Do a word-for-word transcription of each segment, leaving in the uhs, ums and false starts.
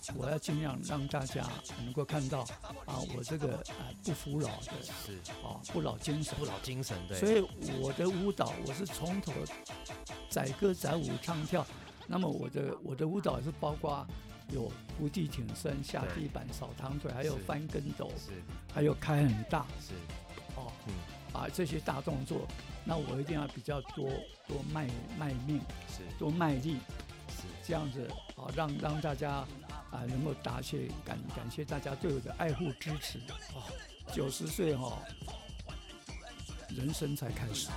我要尽量让大家能够看到啊，我这个啊不服老的是啊不老精神， 不老精神，对。 所以我的舞蹈我是从头载歌载舞唱跳，那么我的我的舞蹈是包括有伏地挺身、下地板、扫堂腿，还有翻跟斗，还有开很大， 是哦，嗯啊这些大动作，那我一定要比较多多卖卖命， 是多卖力， 是这样子啊，让让大家啊能够答谢感感谢大家对我的爱护支持。哦，九十岁哈，人生才开始。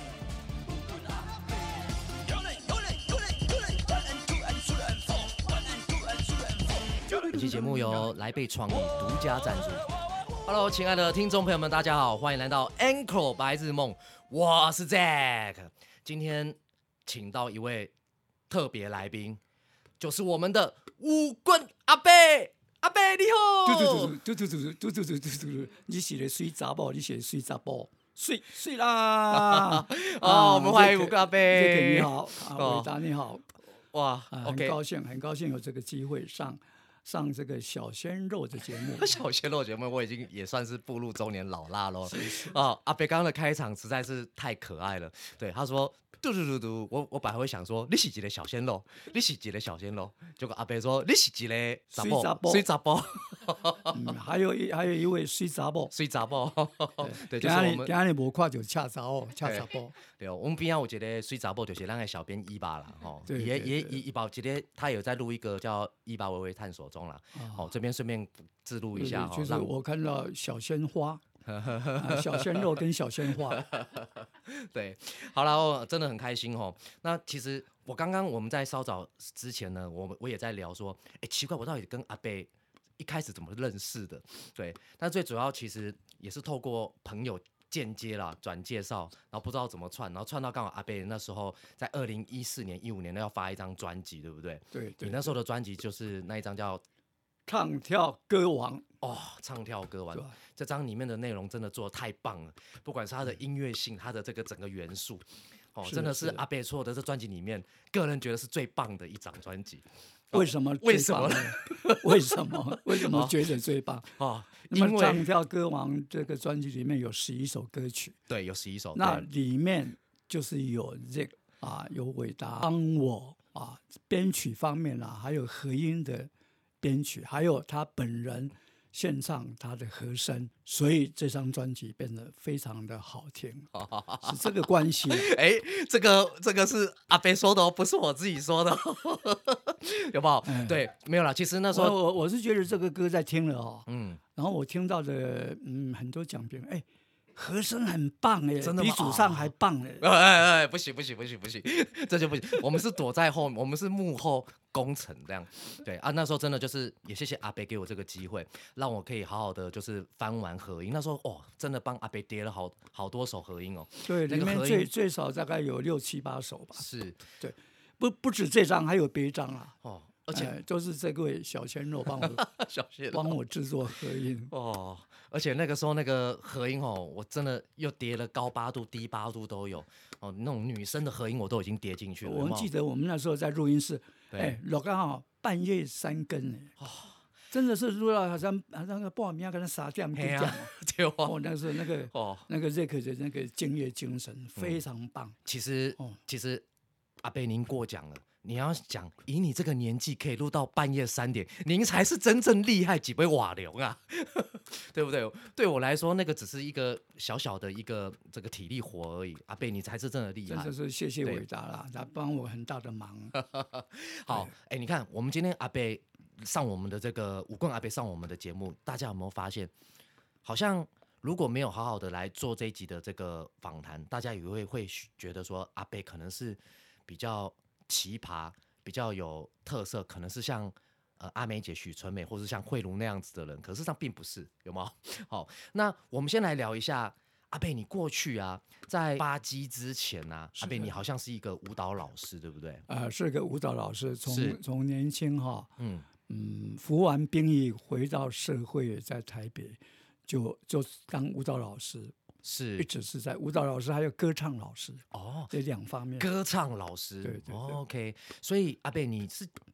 本期节目由来贝创意独家赞助。Hello， 亲爱的听众朋友们，大家好，欢迎来到 Encore 白日梦，我是 Jack。今天请到一位特别来宾，就是我们的舞棍阿伯。阿伯你好。 嘟嘟嘟嘟嘟嘟嘟嘟嘟嘟嘟，你是个水查某，你是个水查甫，水水啦！ 哦，我们欢迎舞棍阿伯。 这个你好，啊，伟达你好。 哇， 啊，很高兴，很高兴有这个机会上上这个小鲜肉的节目。 小鲜肉节目，我已经也算是步入中年老辣喽。啊，阿伯刚刚的开场实在是太可爱了。对，他说嘟嘟嘟嘟，我我本来会想说你是一个小鲜肉，你是一个小鲜肉，结果阿伯说你是一个查某，水查甫。 嗯，还有一还有一位水查某， 水查某。对， 就是我们今日无看就恰查某，恰查某。 对，我们边有一个水查某，就是咱的小编伊爸啦，吼，也也也伊爸一个，他有在录一个叫伊爸微微探索中啦，好，这边顺便自录一下， 就是我看到小鲜花。啊、小鲜肉跟小鲜花。 对，好了，真的很开心哦。那其实我刚刚我们在稍早之前呢，我我也在聊说，哎，奇怪，我到底跟阿伯一开始怎么认识的？对，但最主要其实也是透过朋友间接啦转介绍，然后不知道怎么串，然后串到刚好阿伯那时候在二零一四年、一五年要发一张专辑，对不对？ 对， 你那时候的专辑就是那一张叫《 唱跳歌王》 哦，唱跳歌王。这张里面的内容真的做得太棒了，不管是它的音乐性，它的这个整个元素，哦，真的是阿伯做的这专辑里面，个人觉得是最棒的一张专辑。 为什么？ 为什么？ 为什么？为什么觉得最棒？ 哦， 因为《唱跳歌王》这个专辑里面有十一首歌曲， 对，有十一首。 那里面就是有这个啊，有伟达帮我啊编曲方面啊，还有和音的编曲，还有他本人献唱他的和声，所以这张专辑变得非常的好听，是这个关系。 哎，这个这个是阿伯说的哦，不是我自己说的，有没有？哎、对，没有啦。其实那时候我我我是觉得这个歌在听了哦，嗯，然后我听到的嗯很多讲评，哎。和声很棒哎， 真的比主唱还棒哎！ 哎哎哎，不行不行不行不行，这就不行。我们是躲在后面，我们是幕后工程这样。对啊，那时候真的就是也谢谢阿伯给我这个机会，让我可以好好的就是翻完合音。那时候哦，真的帮阿伯叠了好好多首合音哦。 对，里面最最少大概有六七八首吧。 是， 对，不不止这张，还有别张啊。 哦。而且、 哎、都是这位小鲜肉帮我小鲜肉帮我制作合音哦，而且那个时候那个合音哦，我真的又叠了高八度、低八度都有哦，那种女生的合音我都已经叠进去了。 我们记得我们那时候在录音室，哎，录刚好半夜三更哎，哦，真的是录到好像好像那个半夜跟他傻点不讲， 对啊， 哦，那是那个哦那个 Zack 的那个敬业精神非常棒。嗯、 其实哦，其实阿伯您过奖了。你要讲，以你这个年纪可以录到半夜三点，您才是真正厉害几杯瓦流啊，对不对？对我来说，那个只是一个小小的一个这个体力活而已。阿伯，你才是真的厉害， 真的是谢谢伟达啦，他帮我很大的忙。 好，哎，你看，我们今天阿伯上我们的这个舞棍阿伯上我们的节目，大家有没有发现，好像如果没有好好的来做这一集的这个访谈，大家也会会觉得说阿伯可能是比较奇葩，比较有特色，可能是像呃阿美姐、许纯美，或是像慧茹那样子的人，可是上并不是，有吗？好，那我们先来聊一下阿伯，你过去啊，在巴基之前啊，阿伯你好像是一个舞蹈老师，对不对？ 呃，是个舞蹈老师，从从年轻哈，嗯嗯，服完兵役回到社会，在台北就就当舞蹈老师。 是一直是在舞蹈老师，还有歌唱老师哦，这两方面。 歌唱老师， 对对对、 哦、，OK。所以阿伯，你是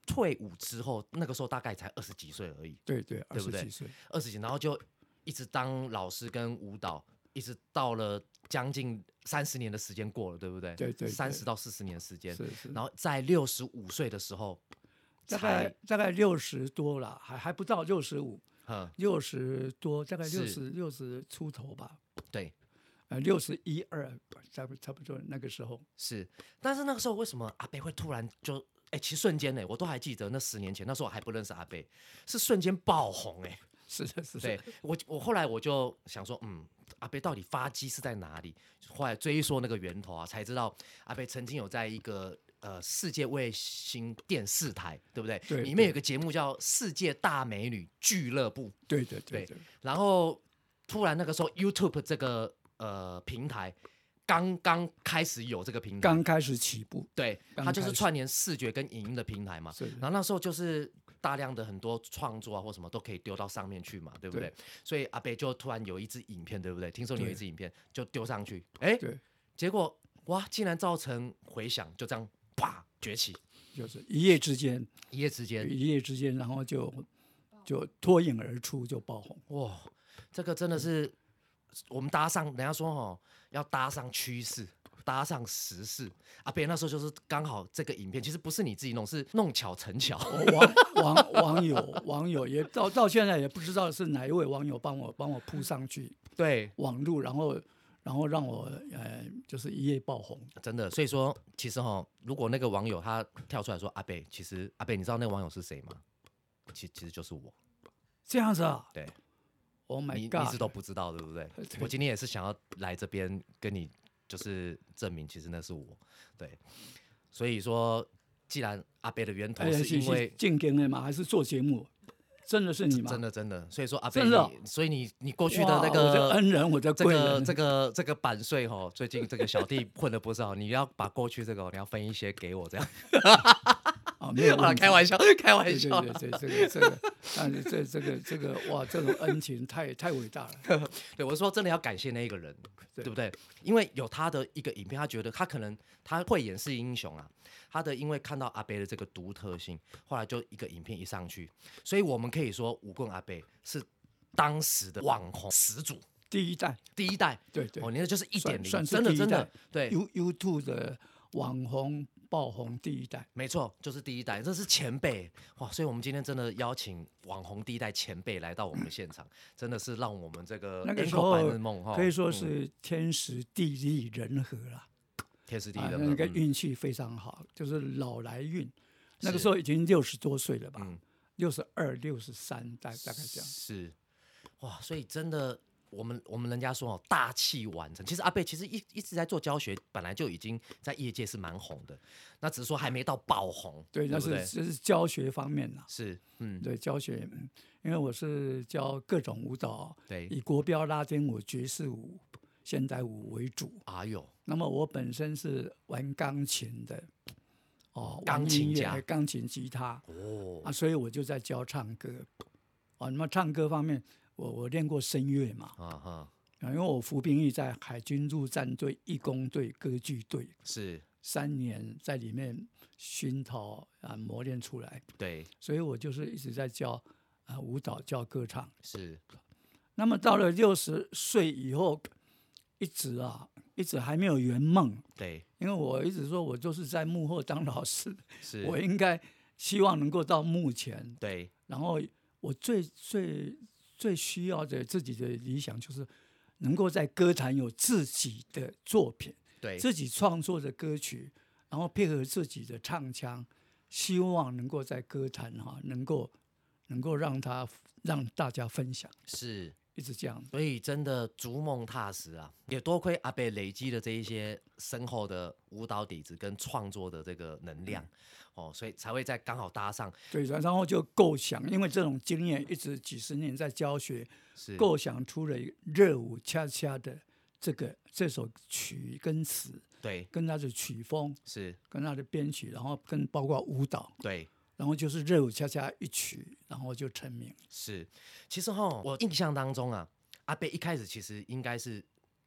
退伍之后，那个时候大概才二十几岁而已， 对对，二对不对十几岁， 二十几，然后就一直当老师跟舞蹈，一直到了将近三十年的时间过了，对不对？ 对对对三十到四十年的时间， 是是， 然后在六十五岁的时候大才概大概六十多了，还还不到六十五， 嗯， 六十多，大概是六十六十出头吧， 对， 呃，六十一二，差不差不多那个时候。 是。但是那个时候为什么阿贝会突然就哎，其实瞬间呢，我都还记得那十年前，那时候我还不认识阿贝，是瞬间爆红哎。 是的，是的， 对我，我后来我就想说，嗯，阿贝到底发迹是在哪里？后来追溯那个源头啊，才知道阿贝曾经有在一个呃世界卫星电视台，对不对？ 对里面有个节目叫《世界大美女俱乐部》， 对对对对， 然后突然那个时候 YouTube 这个呃平台刚刚开始有这个平台， 刚开始起步， 对， 刚它就是开始串联视觉跟影音的平台嘛。 是的然后那时候就是大量的很多创作啊或什么都可以丢到上面去嘛，对不对？ 对所以阿贝就突然有一支影片，对不对？听说你有一对支影片就丢上去，哎， 对， 结果哇，竟然造成回响，就这样啪崛起， 就是一夜之间， 一夜之间， 一夜之间，然后就就脱颖而出，就爆红。 哇，这个真的是我们搭上，人家说哦，要搭上趋势。搭上时事，阿贝那时候就是刚好这个影片，其实不是你自己弄，是弄巧成巧。 网网网友网友也到到现在也不知道是哪一位网友帮我帮我铺上去对， 网路，然后然后让我呃就是一夜爆红。 真的，所以说其实哈，如果那个网友他跳出来说阿贝，其实阿贝，你知道那个网友是谁吗？其其实就是我。 这样子啊？ 对 ，Oh 你 my 你一 God！ 直都不知道，对不对？ 对我今天也是想要来这边跟你就是证明，其实那是我。对，所以说，既然阿贝的源头哎呀是因为进京的吗？还是做节目？真的是你吗？ 真的真的，所以说阿贝真的哦你，所以你你过去的那哇我的个恩人，我的这贵人， 个这个这个版税哈，最近这个小弟混的不是好，你要把过去这个你要分一些给我这样。 啊，没有好了， 问题开玩笑，开玩对笑。 对对对，这个这个，但是这这个这个哇，这种恩情太太伟大了。 对，我是说真的要感谢那一个人， 对对不对？因为有他的一个影片，他觉得他可能他会演是英雄啊，他的因为看到阿贝的这个独特性，后来就一个影片一上去，所以我们可以说舞棍阿贝是当时的网红始祖， 第一代， 第一代。 对对哦，，你那就是一点零， 算算是真的真的第一代对。 You YouTube 的网红爆红第一代。 没错，就是第一代，这是前辈哇！所以我们今天真的邀请网红第一代前辈来到我们现场，真的是让我们这个那个时 Encore 白候日梦哈， 可以说嗯是天时地利人和了，啊， 天时地利人和。 那个嗯运气非常好，就是老来运。那个是时候已经六十多岁了吧嗯， 六十二、六十三，大大概这样。 是哇，所以真的，我们我们人家说哦，大器晚成。其实阿贝其实一一直在做教学，本来就已经在业界是蛮红的，那只是说还没到爆红， 对，那是对不对？ 这是教学方面啦。 是，嗯， 对教学，嗯因为我是教各种舞蹈， 对， 以国标、拉丁舞、爵士舞、现代舞为主。 哎呦， 那么我本身是玩钢琴的，哦， 钢玩音乐琴家钢琴、吉他哦， 啊，所以我就在教唱歌。啊，那么唱歌方面，我我练过声乐嘛， 啊哈， 啊，因为我服兵役在海军陆战队义工队歌剧队是， 三年，在里面熏陶啊磨练出来， 对， 所以我就是一直在教啊舞蹈、教歌唱。 是， 那么到了六十岁以后，一直啊，一直还没有圆梦， 对， 因为我一直说我就是在幕后当老师， 是， 我应该希望能够到幕前， 对， 然后我最最最需要的自己的理想就是能够在歌坛有自己的作品， 对， 自己创作的歌曲，然后配合自己的唱腔，希望能够在歌坛哈、能够能够让他让大家分享， 是。 一直这样。 所以真的逐梦踏实啊，也多亏阿贝累积的这一些深厚的舞蹈底子跟创作的这个能量、 嗯、 哦，所以才会在刚好搭上。 对，然后就构想，因为这种经验一直几十年在教学， 是构想出了热舞恰恰的这个这首曲跟词， 对， 跟它的曲风， 是跟它的编曲，然后跟包括舞蹈， 对。 然后就是热舞恰恰一曲，然后就成名。 是，其实哈，我印象当中啊，阿贝一开始其实应该是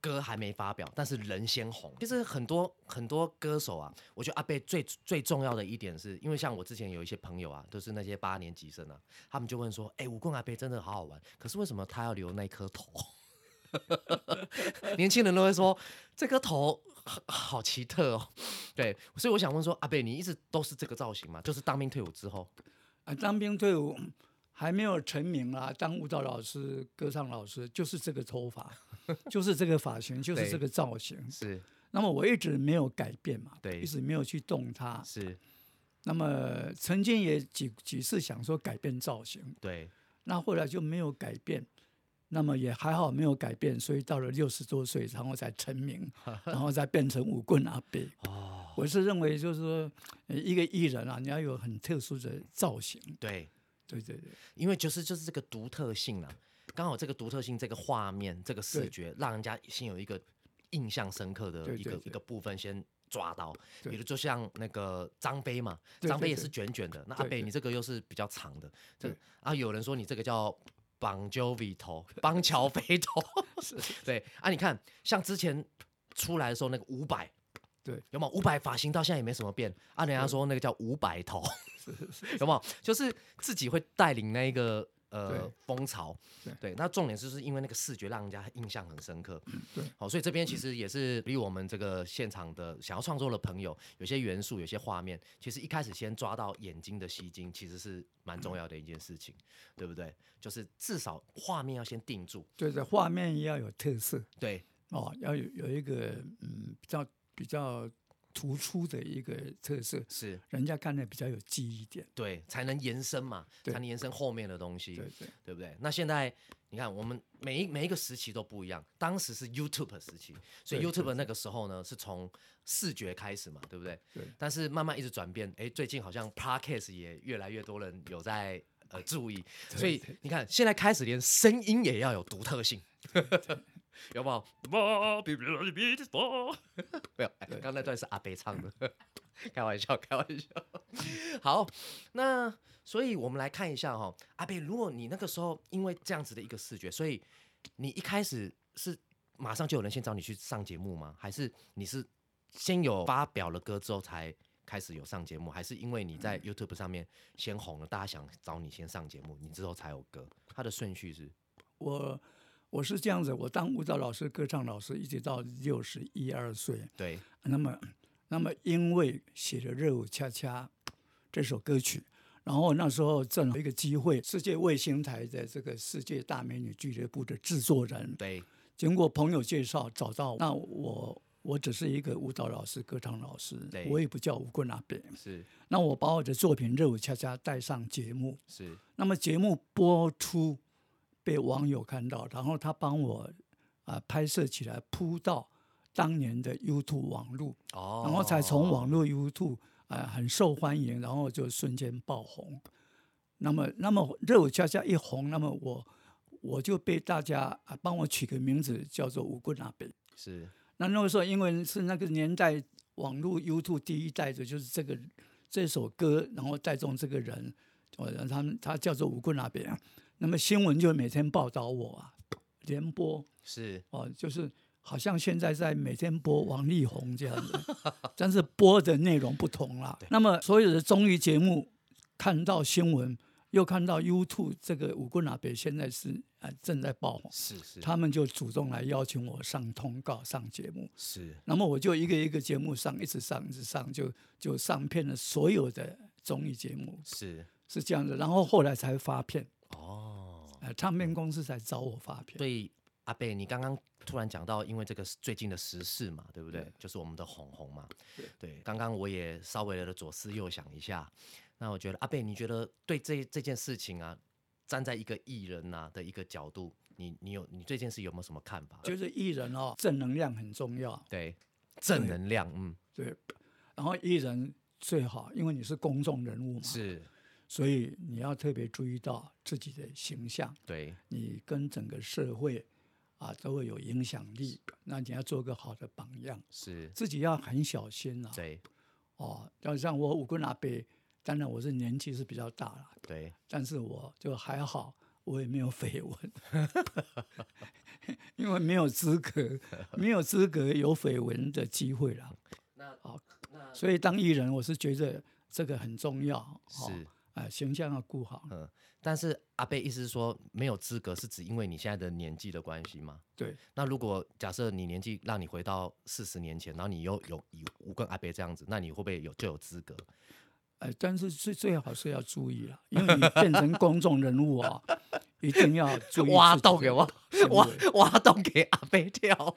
歌还没发表，但是人先红。其实很多很多歌手啊，我觉得阿贝最最重要的一点是，因为像我之前有一些朋友啊，都是那些八年级生啊，他们就问说，哎、欸，舞棍阿贝真的好好玩，可是为什么他要留那颗头？年轻人都会说这颗头好奇特哦。对，所以我想问说，阿贝，你一直都是这个造型吗？就是当兵退伍之后？ 啊，当兵退伍还没有成名啦，当舞蹈老师、歌唱老师，就是这个头发，就是这个发型，就是这个造型。 是。 那么我一直没有改变嘛， 对， 一直没有去动它。 是。 那么曾经也几几次想说改变造型， 对。 那后来就没有改变。那么也还好没有改变，所以到了六十多岁，然后才成名，然后再变成舞棍阿贝。哦，我是认为就是说，一个艺人啊，你要有很特殊的造型。 对， 对对对， 因为就是就是这个独特性啊，刚好这个独特性，这个画面，这个视觉，让人家先有一个印象深刻的一个对对对一个部分先抓到。比如就像那个张飞嘛，张飞也是卷卷的，那阿贝你这个又是比较长的。对啊，有人说你这个叫邦乔维头，邦乔飞头。对啊，你看像之前出来的时候那个伍佰， 对， 有没有？伍佰发型到现在也没什么变啊，人家说那个叫伍佰头。有没有？就是自己会带领那一个呃风潮。对, 对，那重点就是因为那个视觉让人家印象很深刻。 嗯、对， 好，所以这边其实也是离我们这个现场的想要创作的朋友，有些元素、有些画面，其实一开始先抓到眼睛的吸睛，其实是蛮重要的一件事情，嗯、对不对？就是至少画面要先定住。 对的，画面要有特色。 对， 哦，要有有一个嗯比较比较突出的一个特色， 是人家看的比较有记忆点， 对，才能延伸嘛，才能延伸后面的东西， 对对， 对不对？那现在你看，我们每一每一个时期都不一样，当时是 YouTube 时期，所以 YouTube 那个时候呢是从视觉开始嘛，对不对？ 对。 但是慢慢一直转变，哎，最近好像 Podcast 也越来越多人有在呃注意，所以你看，现在开始连声音也要有独特性。有没有？没有，刚刚那段是阿贝唱的，开玩笑，开玩笑。好，那所以我们来看一下哈、哦，阿贝，如果你那个时候因为这样子的一个视觉，所以你一开始是马上就有人先找你去上节目吗？还是你是先有发表了歌之后才开始有上节目？还是因为你在 YouTube 上面先红了，大家想找你先上节目，你之后才有歌？它的顺序是？ 我。我是这样子，我当舞蹈老师、歌唱老师，一直到六十一二岁。 对。 那么，那么因为写了《热舞恰恰》这首歌曲，然后那时候正好一个机会，世界卫星台的这个世界大美女俱乐部的制作人， 对， 经过朋友介绍找到，那我我只是一个舞蹈老师、歌唱老师，我也不叫舞棍阿伯。 是。 那我把我的作品《热舞恰恰》带上节目， 是。那么节目播出。被网友看到，然后他帮我、呃、拍摄起来，铺到当年的 YouTube 网路，哦、然后才从网络 YouTube、呃、很受欢迎，然后就瞬间爆红。那么，那么热舞恰恰一红，那么我我就被大家、呃、帮我取个名字叫做舞棍阿伯。 是。 那那个时候因为是那个年代，网络 YouTube 第一代的就是这个这首歌，然后带动这个人，他们他叫做舞棍阿伯。那么新闻就每天报道我啊，连播是哦，就是好像现在在每天播王力宏这样子，但是播的内容不同啦。那么所有的综艺节目看到新闻，又看到 YouTube 这个舞棍阿伯现在是、呃、正在爆红， 是是， 他们就主动来邀请我上通告、上节目。 是， 那么我就一个一个节目上，一直上，一直上，就就上遍了所有的综艺节目。 是是这样的，然后后来才发片。 哦， 呃，唱片公司才找我发片。 对，阿贝，你刚刚突然讲到，因为这个最近的时事嘛，对不对？对，就是我们的红红嘛。对，对，刚刚我也稍微的左思右想一下，那我觉得阿贝，你觉得对这这件事情啊，站在一个艺人啊的一个角度，你你有你这件事有没有什么看法？ 就是艺人哦，正能量很重要。 对，正能量，嗯， 对。然后艺人最好，因为你是公众人物嘛。 是。 所以你要特别注意到自己的形象，对，你跟整个社会啊都会有影响力。那你要做个好的榜样，是自己要很小心啊。对，哦，要像我舞棍阿伯，当然我是年纪是比较大了，对，但是我就还好，我我也没有绯闻，因为没有资格，没有资格有绯闻的机会啦。 那好， 那所以当艺人，我是觉得这个很重要， 是哦呃，形象要顾好。 嗯，但是阿贝意思是说没有资格，是指因为你现在的年纪的关系吗？ 对， 那如果假设你年纪让你回到四十年前，然后你又有以吴跟阿贝这样子，那你会不会有就有资格？ 呃，但是最最好是要注意了，因为你变成公众人物啊，一定要注意挖自己的洞给我，挖行为挖洞给阿贝跳。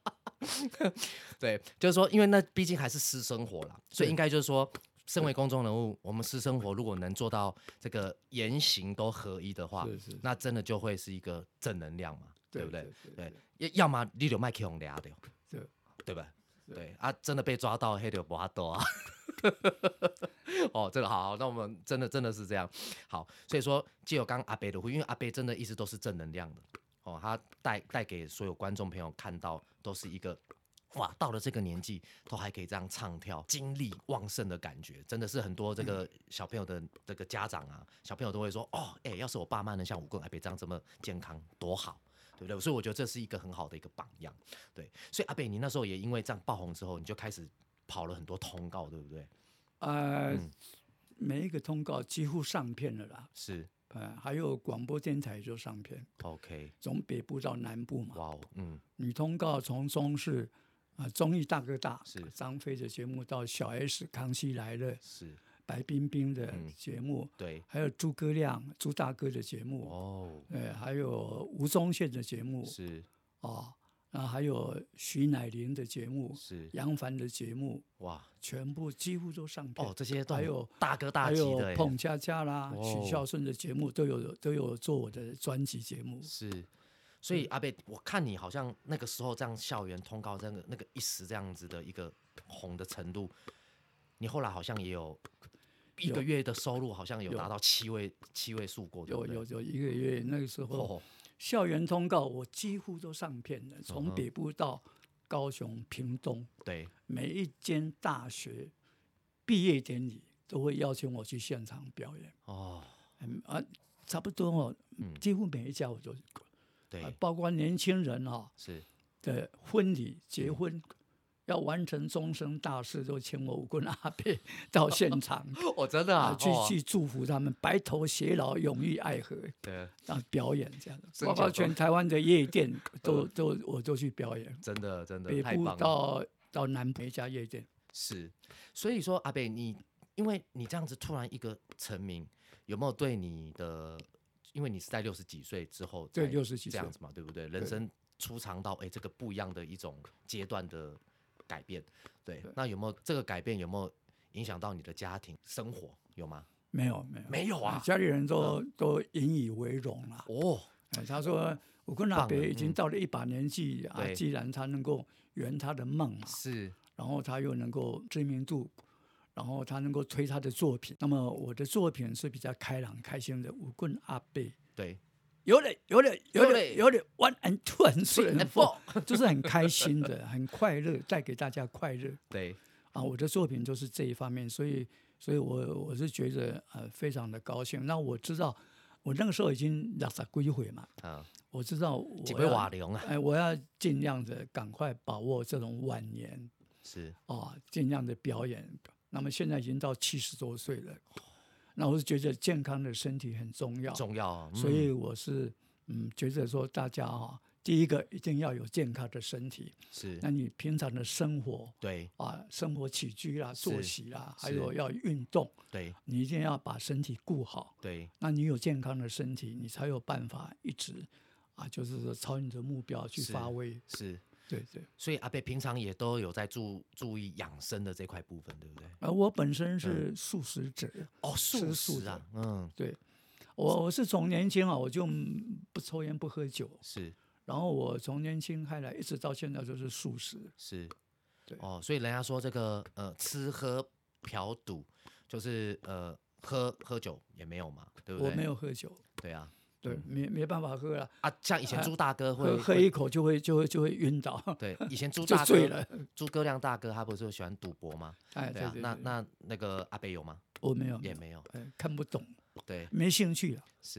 对，就是说，因为那毕竟还是私生活啦，所以对应该就是说，身为公众人物，我们私生活如果能做到这个言行都合一的话， 是是， 那真的就会是一个正能量嘛，对不对？ 对对，要要么你就麦克用俩的， 对对吧？对啊，真的被抓到黑的不阿多啊。哦，这个好，那我们真的真的是这样。好，所以说借由刚阿贝的回应，因为阿贝真的一直都是正能量的。哦，他带带给所有观众朋友看到，都是一个哇，到了这个年纪都还可以这样唱跳，精力旺盛的感觉，真的是很多这个小朋友的这个家长啊，小朋友都会说，哦，哎、欸，要是我爸妈能像吴棍阿贝这样这么健康，多好。对不对？所以我觉得这是一个很好的一个榜样。对，所以阿贝，你那时候也因为这样爆红之后，你就开始跑了很多通告，对不对？ 呃、 嗯， 每一个通告几乎上片了啦， 是呃，还有广播电台就上片， ，OK， 从北部到南部嘛。 哇哦，嗯， 女通告从中视啊、呃综艺大哥大是张飞的节目到小 S 康熙来了， 是， 白冰冰的嗯节目， 对， 还有诸葛亮朱大哥的节目， 哦， 呃，还有吴宗宪的节目是啊，然后还有徐乃麟的节目， 是， 杨凡的节目， 哇， 全部几乎都上片。 哦，这些都还有大哥大还有级的耶， 彭佳佳啦、 哦许孝顺的节目都有都有做我的专辑节目。 是。所以阿贝，我看你好像那个时候这样校园通告，这个那个一时这样子的一个红的程度，你后来好像也有一个月的收入，好像有达到七位七位数过，对不对？ 有有有一个月，那个时候、 哦， 校园通告我几乎都上片了， 嗯从北部到高雄、屏东， 对， 每一间大学毕业典礼都会邀请我去现场表演。 哦， 嗯啊，差不多哦， 嗯几乎每一家我都去过， 对， 啊包括年轻人啊是的婚礼、结婚。要完成终身大事，都请我吴棍阿伯到现场， 我真的啊， 啊，去哦去祝福他们白头偕老、永浴爱河， 对， 啊，表演这样的， 真包括假全台湾的夜店都都我都去表演， 真的真的北部太棒了， 到到南部每一家夜店。 是，所以说阿贝，你因为你这样子突然一个成名，有没有对你的，因为你是在六十几岁之后对才六十几岁这样子嘛，对不对？人生初尝到哎、这个不一样的一种阶段的改变，对， 对那有没有这个改变有没有影响到你的家庭生活？有吗？ 没有没有没有啊， 家里人都、都引以为荣了。 哦， 哎他说我跟阿棒了伯已经嗯到了一把年纪、啊， 对既然他能够圆他的梦嘛， 是然后他又能够知名度，然后他能够推他的作品，那么我的作品是比较开朗开心的。舞棍阿贝对， 有点有点有有点有点 one and two and three and and four，就是很开心的，很快乐，带给大家快乐对， 啊！我的作品就是这一方面，所以所以我我是觉得呃非常的高兴。那我知道我那个时候已经六十几岁嘛， 啊， 我知道我几位要瓦龙啊， 哎我要尽量的赶快把握这种晚年。 是啊，尽量的表演。那么现在已经到七十多岁了，那我是觉得健康的身体很重要， 重要啊，嗯所以我是嗯觉得说大家啊，第一个一定要有健康的身体， 是那你平常的生活对啊，生活起居啦、作息啦，还是有要运动， 对你一定要把身体顾好。 对那你有健康的身体，你才有办法一直啊，就是说朝你的目标去是发挥。 是。 对对。 所以阿贝平常也都有在注注意养生的这块部分，对不对？ 而我本身是素食者。 哦，素吃素食啊，嗯， 对，我我是从年轻啊，我就不抽烟不喝酒， 是然后我从年轻开来一直到现在都是素食。 是， 对哦，所以人家说这个呃吃喝嫖赌，就是呃喝喝酒也没有嘛，对不对？ 我没有喝酒， 对啊， 对，没没办法喝了， 啊，像以前朱大哥会喝喝会一口就会就会就会晕倒， 对，以前朱就大哥醉了。 诸葛亮大哥他不是喜欢赌博吗？ 哎， 对啊， 对对， 那那那个阿贝有吗？ 我没有， 也没有， 哎，看不懂， 对， 没兴趣了。 是。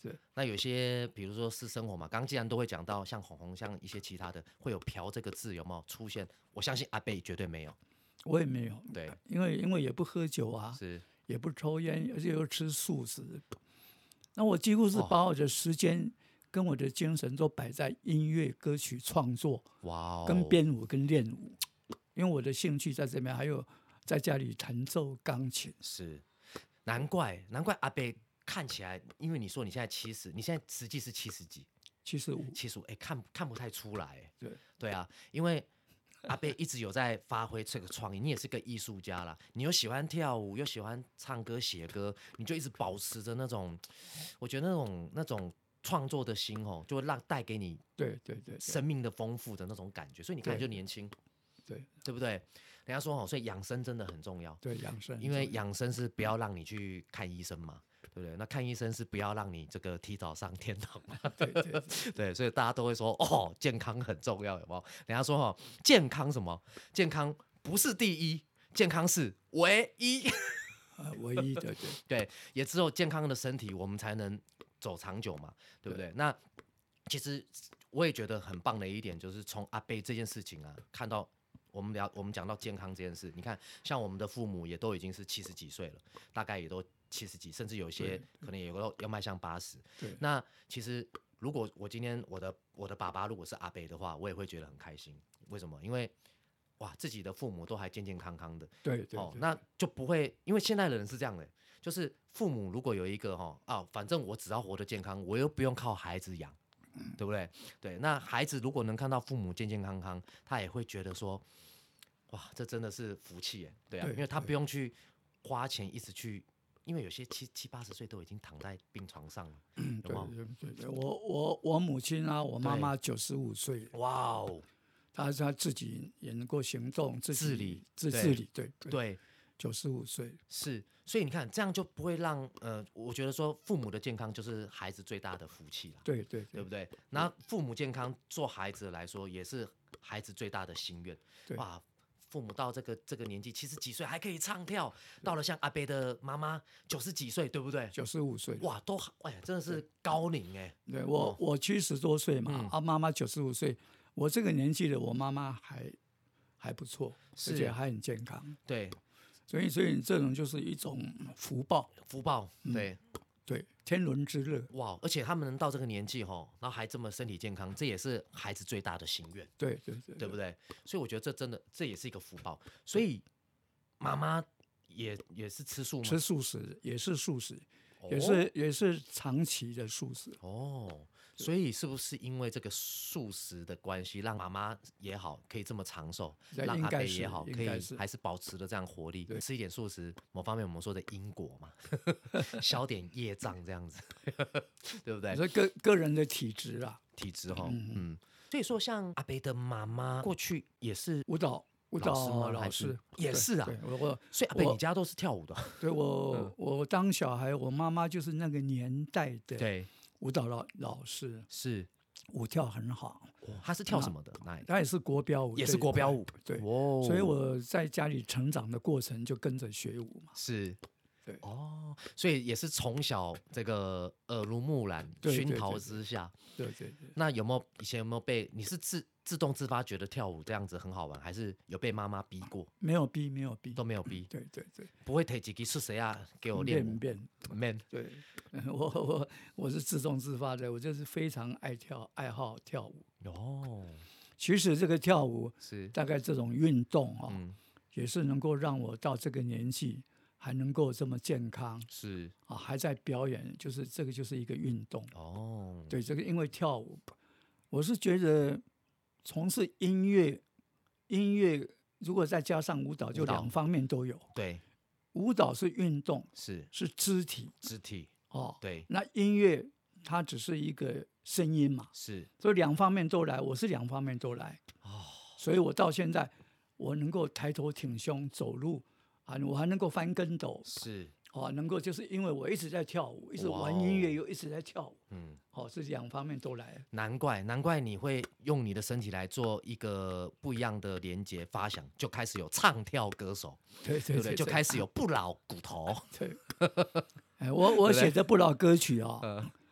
是。 那有些比如说私生活嘛，刚刚既然都会讲到像红红，像一些其他的会有嫖这个字有没有出现？我相信阿伯绝对没有。 我也没有， 对， 因为因为也不喝酒啊， 是也不抽烟，而且又吃素食。那我几乎是哦把我的时间跟我的精神都摆在音乐歌曲创作， 哇哦， 跟编舞跟练舞，因为我的兴趣在这边，还有在家里弹奏钢琴。 是，难怪难怪阿伯看起来，因为你说你现在七十，你现在实际是七十几， 七十五， 七十五，哎，看看不太出来，哎， 对对啊，因为阿伯一直有在发挥这个创意，你也是个艺术家啦，你又喜欢跳舞，又喜欢唱歌写歌，你就一直保持着那种，我觉得那种那种创作的心哦，就会让带给你对对对对生命的丰富的那种感觉，所以你看你就对年轻， 对对不对？人家说哦，所以养生真的很重要， 对，养生， 因为养生是不要让你去看医生嘛，对不对？那看医生是不要让你这个提早上天堂嘛， 对对对对，所以大家都会说哦，健康很重要，有没有？人家说哦，健康什么？健康不是第一，健康是唯一。 呃，唯一的对对，也只有健康的身体，我们才能走长久嘛，对不对？那其实我也觉得很棒的一点，就是从阿伯这件事情啊，看到我们聊，我们讲到健康这件事，你看，像我们的父母也都已经是七十几岁了，大概也都七十几，甚至有些可能也要要迈向八十。 对， 那其实如果我今天我的我的爸爸如果是阿伯的话，我也会觉得很开心。为什么？因为哇，自己的父母都还健健康康的， 对对哦， 对那就不会，因为现在的人是这样的，就是父母如果有一个哈啊，反正我只要活得健康，我又不用靠孩子养，对不对？对，那孩子如果能看到父母健健康康，他也会觉得说，哇，这真的是福气耶，对啊， 对因为他对不用去花钱一直去，因为有些七七八十岁都已经躺在病床上了， 嗯对有没有？ 对对对，我我我母亲啊，我妈妈九十五岁， 哇哦， 她她自己也能够行动，自己自理对自自理，对对， 对， 九十五岁， 是，所以你看，这样就不会让呃，我觉得说父母的健康就是孩子最大的福气啦。 对对对对不对？那父母健康，做孩子来说也是孩子最大的心愿。 对哇，父母到这个这个年纪，七十几岁还可以唱跳，到了像阿伯的妈妈九十几岁，对不对？ 九十五岁， 哇，都哎呀，真的是高龄哎。 对我哦我七十多岁嘛， 嗯啊妈妈九十五岁，我这个年纪的我妈妈还还不错， 是而且还很健康， 对， 所以所以这种就是一种福报， 福报，对， 对，天伦之乐， 哇，而且他们能到这个年纪哈，然后还这么身体健康，这也是孩子最大的心愿。 对对对对不对？所以我觉得这真的这也是一个福报。所以妈妈也也是吃素吗？ 吃素食也是素食， 哦也是也是长期的素食， 哦。所以是不是因为这个素食的关系，让妈妈也好可以这么长寿， 对让阿伯应该是也好可以应该是还是保持了这样活力对？ 吃一点素食，某方面我们说的因果嘛，消点业障这样子，对不对？ 所以个个人的体质啊， 体质哈，嗯。所以说，像阿伯的妈妈过去也是舞蹈舞老师吗蹈老还是师对也是啊对我我所以阿伯我你家都是跳舞的， 对我我当小孩，我妈妈就是那个年代的对， 舞蹈老老师， 是。 舞跳很好， 他是跳什么的？哪里？ 她也是国标舞， 也是国标舞， 对， 哦所以我在家里成长的过程就跟着学舞嘛， 是， 对哦，所以也是从小这个耳濡目染、熏陶对对对之下。 对对对， 那有没有以前有没有被你是自自动自发觉得跳舞这样子很好玩，还是有被妈妈逼过？ 没有逼没有逼， 都没有逼， 对对对， 不会提几个是谁啊？给我练舞变变， ，man 对，我我我是自动自发的，我就是非常爱跳，爱好跳舞。 哦， 其实这个跳舞， 是， 大概这种运动啊、哦嗯， 也是能够让我到这个年纪还能够这么健康是， 啊，还在表演，就是这个就是一个运动。 哦， 对，这个因为跳舞，我是觉得从事音乐，音乐如果再加上舞蹈，就舞蹈两方面都有。 对， 舞蹈是运动， 是是肢体肢体， 哦， 对， 那音乐它只是一个声音嘛， 是， 所以两方面都来，我是两方面都来， 哦， 所以我到现在我能够抬头挺胸走路啊，我还能够翻跟斗是， 哦，能够就是因为我一直在跳舞，一直哇玩音乐哦又一直在跳舞， 嗯。 哦，是两方面都来。 难怪，难怪你会用你的身体来做一个不一样的连接发想，就开始有唱跳歌手， 对对对不对？就开始有不老骨头， 对。哎，我我写的不老歌曲啊、哦，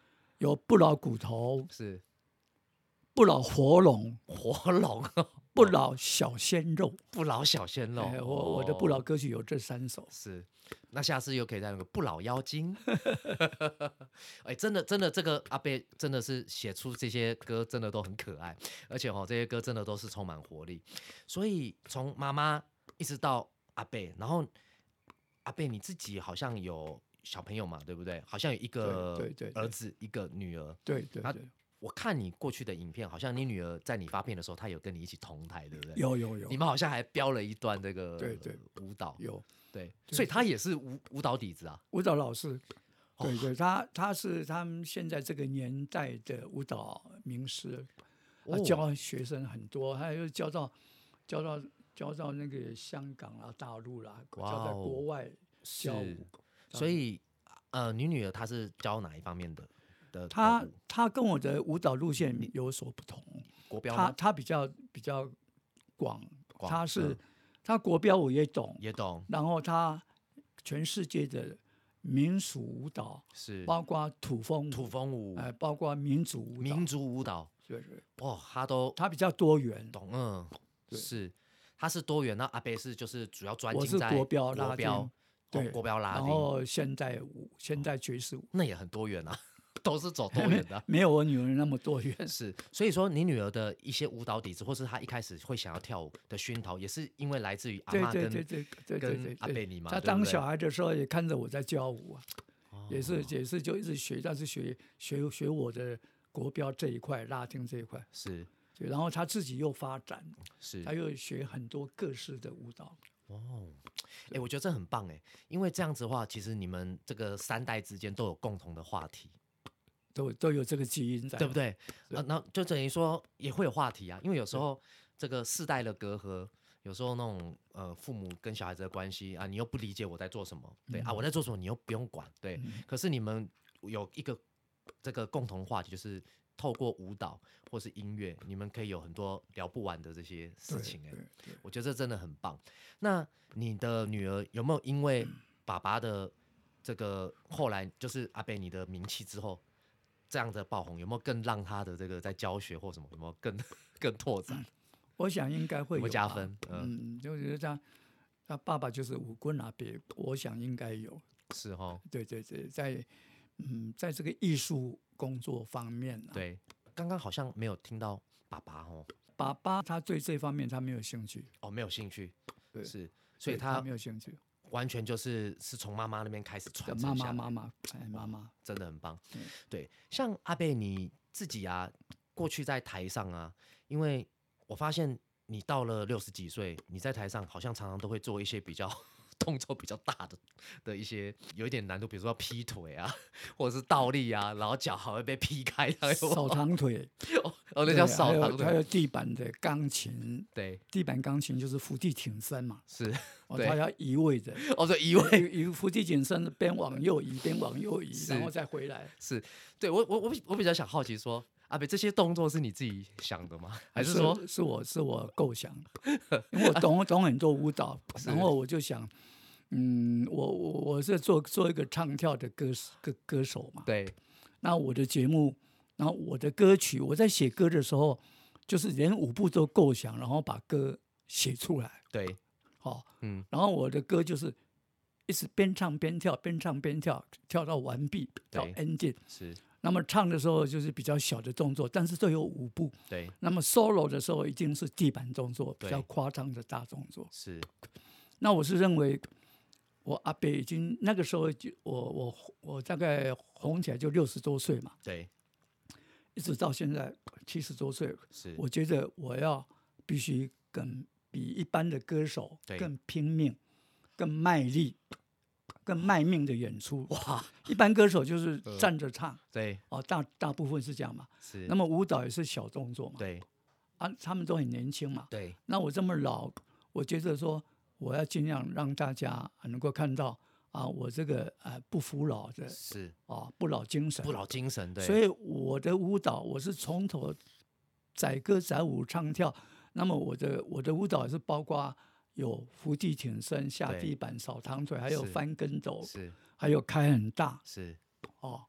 有不老骨头， 是不老活龙， 活龙， 不老小鲜肉。 不老小鲜肉。 哎，我我的不老歌曲有这三首。 是，那下次又可以在那个不老妖精。哎，真的真的，这个阿伯真的是写出这些歌，真的都很可爱，而且哦，这些歌真的都是充满活力。所以从妈妈一直到阿伯，然后阿伯你自己好像有小朋友嘛，对不对？好像有一个对对对儿子，一个女儿。啊对对对， 我看你过去的影片，好像你女儿在你发片的时候，她有跟你一起同台，对不对？ 有有有你，们好像还飙了一段这个对对舞蹈， 有对， 对所以她也是舞舞蹈底子啊。 舞蹈老师。 哦对对，他他是他们现在这个年代的舞蹈名师，他哦教学生很多，他又教到教到教到那个香港啊、大陆啦， 哇教在哦国外教是舞。 所以呃，你女儿她是教哪一方面的的？ 他的舞他跟我的舞蹈路线有所不同，他国标吗？ 他比较比较广， 广他是嗯他国标舞也懂， 也懂， 然后他全世界的民俗舞蹈， 是包括土风舞土风舞、 哎，包括民族舞蹈， 民族舞蹈， 对对， 哇，她都他比较多元。 懂，嗯， 对是，她是多元。那阿贝是就是主要专我是精在国标拉国标， 丁， 哦对， 国标拉然丁， 后现代舞、现代爵士舞， 那也很多元啊，都是走多元的啊。 没有我女儿那么多元。 是，所以说你女儿的一些舞蹈底子，或是她一开始会想要跳舞的熏陶，也是因为来自于阿对妈跟对对对对对跟对对阿贝你嘛。 她对不对当小孩的时候也看着我在教舞啊， 哦也是也是就一直学，但是学学学我的国标这一块、拉丁这一块， 是对，然后她自己又发展， 是她又学很多各式的舞蹈。 哦，哎、我觉得这很棒哎，因为这样子的话，其实你们这个三代之间都有共同的话题， 都都有这个基因在， 对不？对？ 是啊，那就等于说也会有话题啊，因为有时候这个世代的隔阂，有时候那种呃父母跟小孩子的关系啊，你又不理解我在做什么，对、啊，我在做什么你又不用管，对。 嗯可是你们有一个这个共同话题，就是透过舞蹈或是音乐，你们可以有很多聊不完的这些事对情哎。 对对， 我觉得这真的很棒。那你的女儿有没有因为爸爸的这个后来就是阿贝你的名气之后，这样的爆红，有没有更让她的这个在教学或什么有没有更更拓展， 我想应该会有没有吧有加分？嗯， 嗯，就是他他爸爸就是舞棍啊，别，我想应该有。 是哦， 对对对，在嗯，在这个艺术工作方面啊， 对，刚刚好像没有听到爸爸哦， 爸爸他对这方面他没有兴趣， 哦，没有兴趣， 对是，所以对他他没有兴趣。 完全就是是从妈妈那边开始传妈承下来， 妈妈妈，哎，妈妈， 真的很棒。 对对，像阿贝你自己啊，过去在台上啊，因为我发现你到了六十几岁，你在台上好像常常都会做一些比较动作比较大的的一些有一点难度，比如说要劈腿啊，或者是倒立啊，然后脚还会被劈开，还有扫堂腿， 哦，那对叫扫堂还有还腿， 有地板的钢琴， 对， 地板钢琴就是伏地挺身嘛， 是， 哦， 对他要移位的， 哦，对，一位移移伏地挺身，边往右移，边往右移， 是然后再回来。 是，对我我我比我比较想好奇说，阿贝这些动作是你自己想的吗？还是说是我是我构想的，因为我懂懂很多舞蹈，然后我就想，嗯，我我我是做做一个唱跳的歌歌歌手嘛， 对那我的节目，然后我的歌曲，我在写歌的时候，就是连舞步都构想，然后把歌写出来， 对， 好、 嗯， 然后我的歌就是一直边唱边跳，边唱边跳，跳到完毕到对 ending。 是， 那么唱的时候就是比较小的动作，但是都有舞步。 对那么 solo 的时候一定是地板动作，比对较夸张的大动作。 是， 那我是认为，我阿伯已经那个时候就我我我大概红起来就六十多岁嘛， 对一直到现在七十多岁， 是， 我觉得我要必须更比一般的歌手对更拼命、更卖力、更卖命的演出。 哇， 一般歌手就是呃站着唱， 对哦，大大部分是这样嘛。 是， 那么舞蹈也是小动作嘛， 对啊，他们都很年轻嘛。 对那我这么老，我觉得说我要尽量让大家能够看到啊，我这个呃不服老的是， 啊不老精神， 不老精神，对， 所以我的舞蹈我是从头载歌载舞唱跳，那么我的我的舞蹈是包括有伏地挺身、下对地板、扫堂腿，还有是翻跟斗， 是还有开很大是， 哦嗯，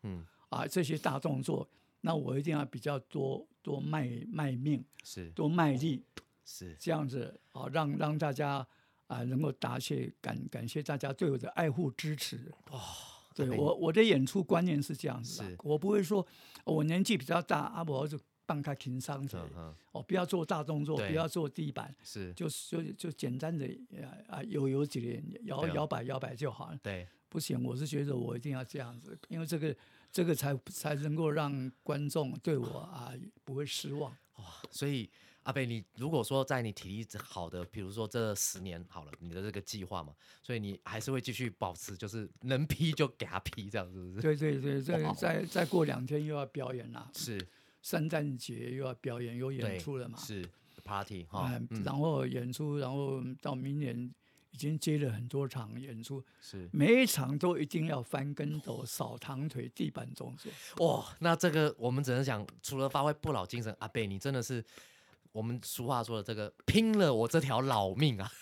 啊这些大动作，那我一定要比较多多卖卖命， 是多卖力， 是这样子啊，让让大家啊能够答谢感感谢大家对我的爱护支持。 哇、 对阿伯我我的演出观念是这样子的是， 我不会说、哦我年纪比较大啊，我就放开轻松者嗯嗯哦，不要做大动作， 对不要做地板， 是， 就就就简单的啊游游几连摇对啊摇摆摇摆就好了。 对不行，我是觉得我一定要这样子，因为这个这个才才能够让观众对我啊不会失望。 哇，所以阿贝，你如果说在你体力好的，比如说这十年好了，你的这个计划嘛，所以你还是会继续保持，就是能批就给他批，这样是不是？ 对对对，这哇再再过两天又要表演了， 是， 圣诞节又要表演，有演对， 出了嘛？ 是 party 哈， 嗯， 嗯， 然后演出，然后到明年已经接了很多场演出， 是， 每一场都一定要翻跟斗、扫堂腿、地板动作。 哇，那这个我们只能讲，除了发挥不老精神，阿贝你真的是我们俗话说的这个拼了我这条老命啊！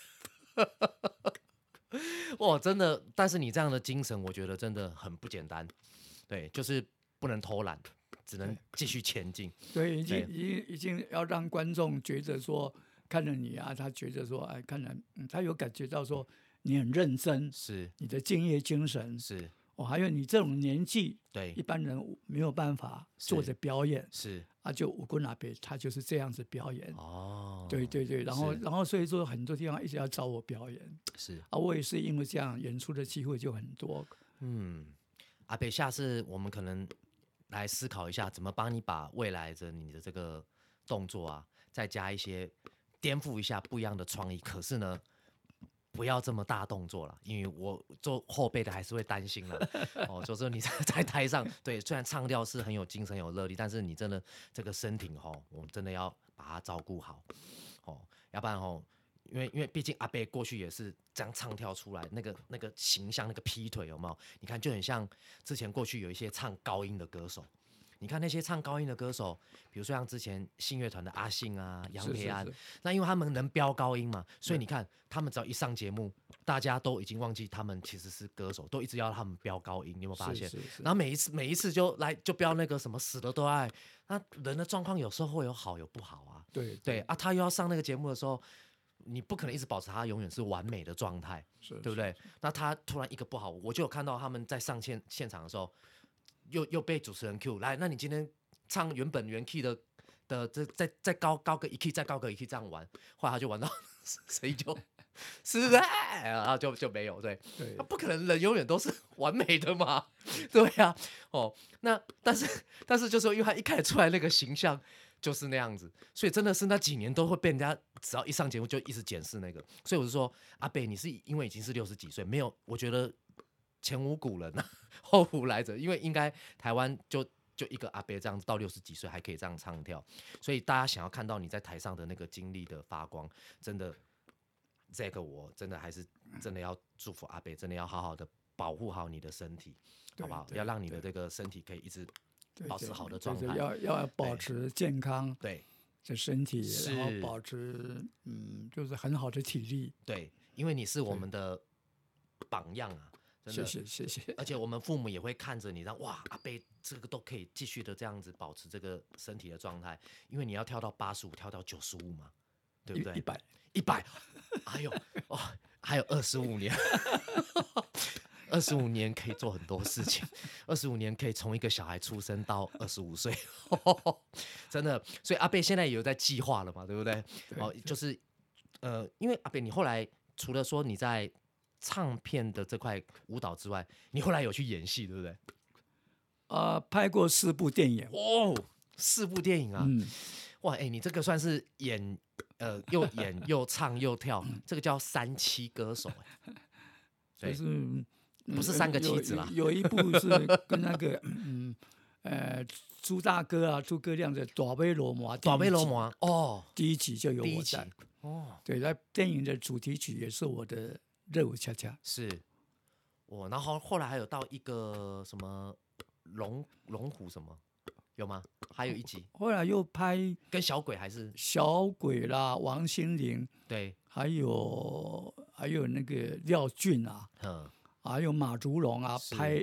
哇，真的，但是你这样的精神，我觉得真的很不简单。对，就是不能偷懒，只能继续前进。 对，已经对已经已经要让观众觉得说，看了你啊，他觉得说，哎，看了、嗯他有感觉到说你很认真， 是你的敬业精神， 是， 哦，还有你这种年纪， 对一，般人没有办法是做着表演是啊，就武棍那边他就是这样子表演。 哦， 对对对，然后是然后所以说很多地方一直要找我表演是， 啊，我也是因为这样演出的机会就很多。 嗯，阿北，下次我们可能来思考一下，怎么帮你把未来的你的这个动作啊，再加一些颠覆一下不一样的创意。可是呢，不要这么大动作了，因为我做后辈的还是会担心了。哦，就是你在在台上，对，虽然唱调是很有精神、有热力，但是你真的这个身体哦，我们真的要把它照顾好哦，要不然哦。因为因为毕竟阿贝过去也是这样唱跳出来，那个那个形象，那个劈腿有没有？你看就很像之前过去有一些唱高音的歌手，你看那些唱高音的歌手，比如说像之前信乐团的阿信啊、杨培安， 是是是那因为他们能飙高音嘛，所以你看他们只要一上节目，大家都已经忘记他们其实是歌手，都一直要他们飙高音，你有没有发现？ 是是是然后每一次每一次就来就飙那个什么死了都爱，那人的状况有时候会有好有不好啊。 对对啊，他又要上那个节目的时候，你不可能一直保持他永远是完美的状态， 是， 对不对？那他突然一个不好，我就有看到他们在上现现场的时候，又又被主持人 Q 来，那你今天唱原本原 key 的的这再再高高个一 key，再高个一 key 这样玩，后来他就玩到声音就是的，然后就就没有，对， 对他不可能人永远都是完美的嘛，对呀、啊，哦，那但是但是就是因为他一开始出来那个形象就是那样子，所以真的是那几年都会被人家只要一上节目就一直检视那个，所以我是说阿贝，你是因为已经是六十几岁，没有，我觉得前无古人啊，后无来者，因为应该台湾就。就一个阿伯这样到六十几岁还可以这样唱跳，所以大家想要看到你在台上的那个精力的发光，真的，这个我真的还是真的要祝福阿伯，真的要好好的保护好你的身体，好不好？ 对要让你的这个身体可以一直对保持好的对对状态。 要要保持健康对的身体， 是然后保持嗯，就是很好的体力。 对，因为你是我们的榜样啊，真谢的。 谢谢谢。 而且我们父母也会看着你，让哇阿贝这个都可以继续的这样子保持这个身体的状态，因为你要跳到八十五，跳到九十五嘛，对不对？ 一百一百，哎呦哦，还有二十五年，二十五年可以做很多事情，二十五年可以从一个小孩出生到二十五岁，真的。所以阿贝现在也有在计划了嘛，对不对？ 对哦，就是呃，因为阿贝你后来除了说你在唱片的这块舞蹈之外，你后来有去演戏，对不对？ 啊、拍过四部电影。 哦，四部电影啊， 嗯， 哇，哎、欸，你这个算是演呃又演又唱又跳，这个叫三妻歌手、欸，对就是、嗯不是三个妻子啦有有有一部是跟那个嗯呃朱大哥啊，诸葛亮的《大杯罗摩》。 大杯罗摩哦， 第一集就有第一集我在。 哦， 对，那电影的主题曲也是我的热舞恰恰。 是，哦，然后后来还有到一个什么龙龙虎什么有吗？还有一集后来又拍跟小鬼还是小鬼啦、王心凌， 对， 还有还有那个廖俊啊， 嗯， 还有马竹龙啊， 是拍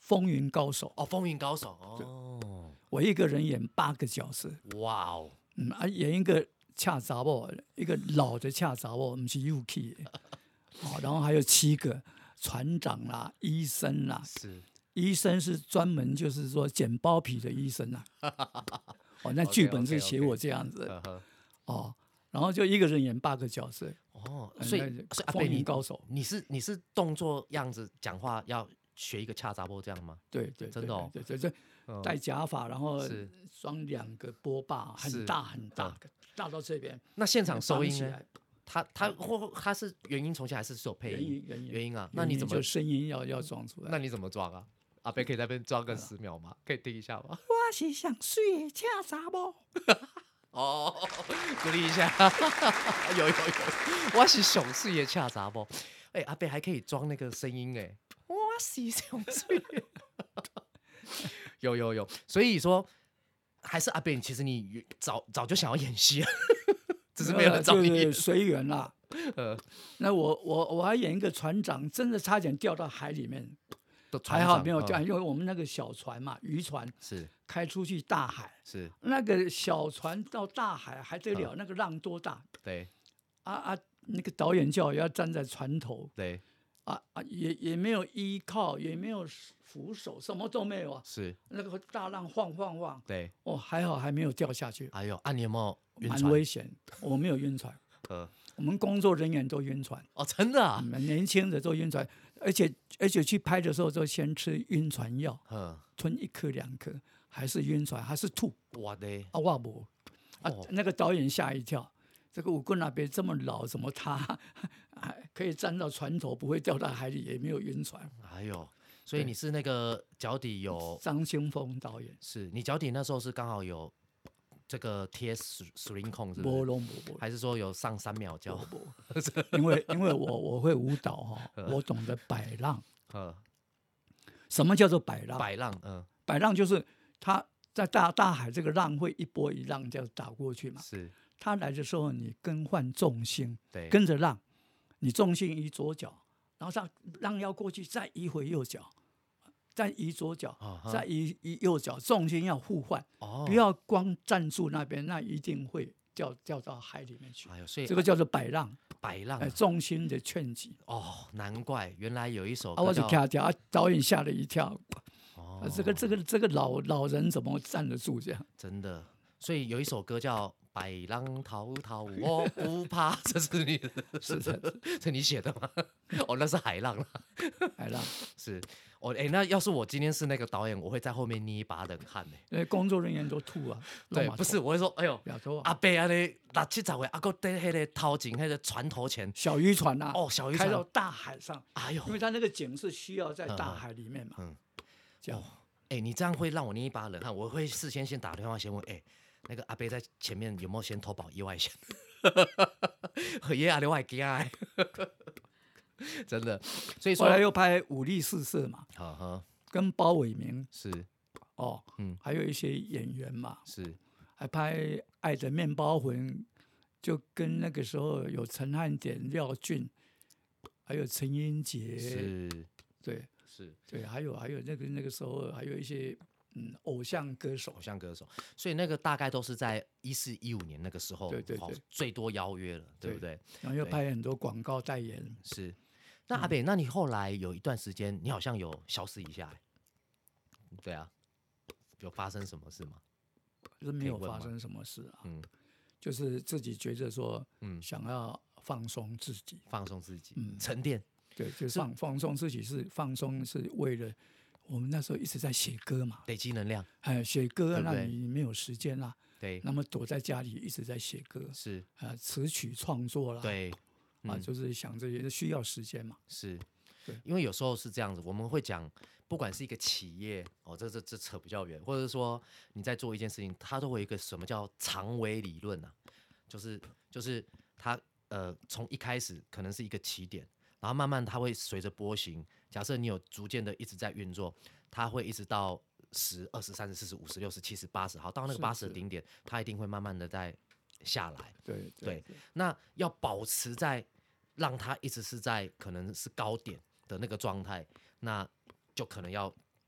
风云高手》 哦，风云高手哦， 我一个人演八个角色， 哇哦， 嗯啊，演一个恰杂某，一个老的恰杂某，不是幼气的，哦，然后还有七个船长啦、医生啦， 是医生是专门就是说捡包皮的医生啊，哦，那剧本是写我这样子呵呵哦，然后就一个人演八个角色， 哦，所以那风所以阿贝你云高手， 你是你是动作样子讲话要学一个恰杂波这样吗？ 对对， 真的哦对对对对， 嗯戴假发，然后是装两个波霸， 是很大很大个，大到这边， 那现场收音呢？ 绑起来他他或他是原音重现还是是有配原音因原因原音啊？那你怎么就声音要要装出来？ 那你怎么装啊？阿贝可以在那边装个十秒吗？可以听一下吗？ 我是上水的恰查某， 哦，鼓励一下，有有有，我是上水的恰杂不？哎、阿贝还可以装那个声音哎，我是上水的，有有有，所以说还是阿贝，其实你早早就想要演戏了，只是没有人找你演就是。随缘啦。 呃， 那我我我还演一个船长，真的差点掉到海里面， 都船还好长嗯没有掉，因为我们那个小船嘛，渔船是开出去大海， 是， 那个小船到大海还得了？那个浪多大对啊啊！那个导演叫我要站在船头对啊啊，也也没有依靠，也没有扶手，什么都没有啊。 是， 那个大浪晃晃晃， 对， 哦，还好还没有掉下去， 哎呦，啊你有没有晕蛮船？ 危险。我没有晕船， 呃， 我们工作人员都晕船， 哦，真的啊， 嗯年轻的都晕船，而且而且去拍的时候都先吃晕船药， 嗯， 吞一颗两颗，还是晕船，还是吐我的， 啊，我没啊哦， 那个导演吓一跳。这个武棍那边这么老，怎么他还可以站到船头，不会掉到海里，也没有晕船？ 哎呦，所以对你是那个脚底有张清峰导演， 是你脚底那时候是刚好有这个贴 string 控是不是？ 波龙波波还是说有上三秒胶？ 波，因为因为我我会舞蹈哈，我懂得摆浪。 呃， 什么叫做摆浪？ 摆浪，嗯、 摆浪就是它在大大海，这个浪会一波一浪这样打过去嘛。 是它来的时候，你更换重心， 对， 跟着浪，你重心移左脚，然后让浪要过去，再移回右脚，再移左脚， 啊哈再移移右脚，重心要互换， 哦， 不要光站住那边，那一定会掉掉到海里面去。 哎呦，所以这个叫做摆浪，哎， 摆浪啊重心的劝击。 哦，难怪原来有一首啊，我就歌叫卡掉，啊导演吓了一跳。 哦啊，这个这个这个老老人怎么站得住这样？ 真的，所以有一首歌叫《百浪滔滔我不怕》，这是你的， 是的， 这你写的吗？哦，那是海浪了。 摆浪。 是，我哎、那要是我今天是那个导演，我会在后面捏一把冷汗呢。 因为工作人员都吐啊。 对，不是，我会说，哎呦， 亚洲啊， 阿伯啊，你六七十岁，啊，个在迄个头前迄个船头前， 小渔船啊， 哦，小渔船， 开到大海上， 哎呦， 因为它那个景是需要在大海里面嘛。 嗯， 这样哎、你这样会让我捏一把冷汗，我会事先先打电话先问，哎、那个阿伯在前面有没有先投保意外险？爷阿刘外惊哎，真的，所以说后，来又拍《武力四射》嘛， 呵呵， 跟包伟明是哦， 嗯还有一些演员嘛， 是， 还拍《爱的面包魂》，就跟那个时候有陈汉典、廖俊，还有陈英杰， 是对是对，还有还有那个那个时候还有一些嗯偶像歌手偶，像歌手，所以那个大概都是在一四一五年那个时候，好对对对最多邀约了，对不对？ 然后又对拍很多广告代言， 是。那阿北，那你后来有一段时间，你好像有消失一下、欸，对啊，有发生什么事吗？ 就是没有可以问吗发生什么事啊， 嗯就是自己觉得说嗯， 想要放松自己， 放松自己， 嗯沉淀， 对，就是放放松自己是放松是为了我们那时候一直在写歌嘛， 累积能量， 哎，写歌那对不对你没有时间啦， 对， 那么躲在家里一直在写歌， 是， 啊，词曲创作啦， 对， 啊， 嗯就是想这些需要时间嘛， 是对， 因为有时候是这样子，我们会讲，不管是一个企业哦，这这这扯比较远，或者是说你在做一件事情，它都会有一个什么叫长尾理论啊，就是就是它呃从一开始可能是一个起点，然后慢慢它会随着波形，假设你有逐渐的一直在运作，它会一直到十、二十、三十、四十、五十、六十、七十、八十，好，到那个是八十的是顶点，它一定会慢慢的再下来。 对对那要保持在让它一直是在可能是高点的那个状态，那就可能要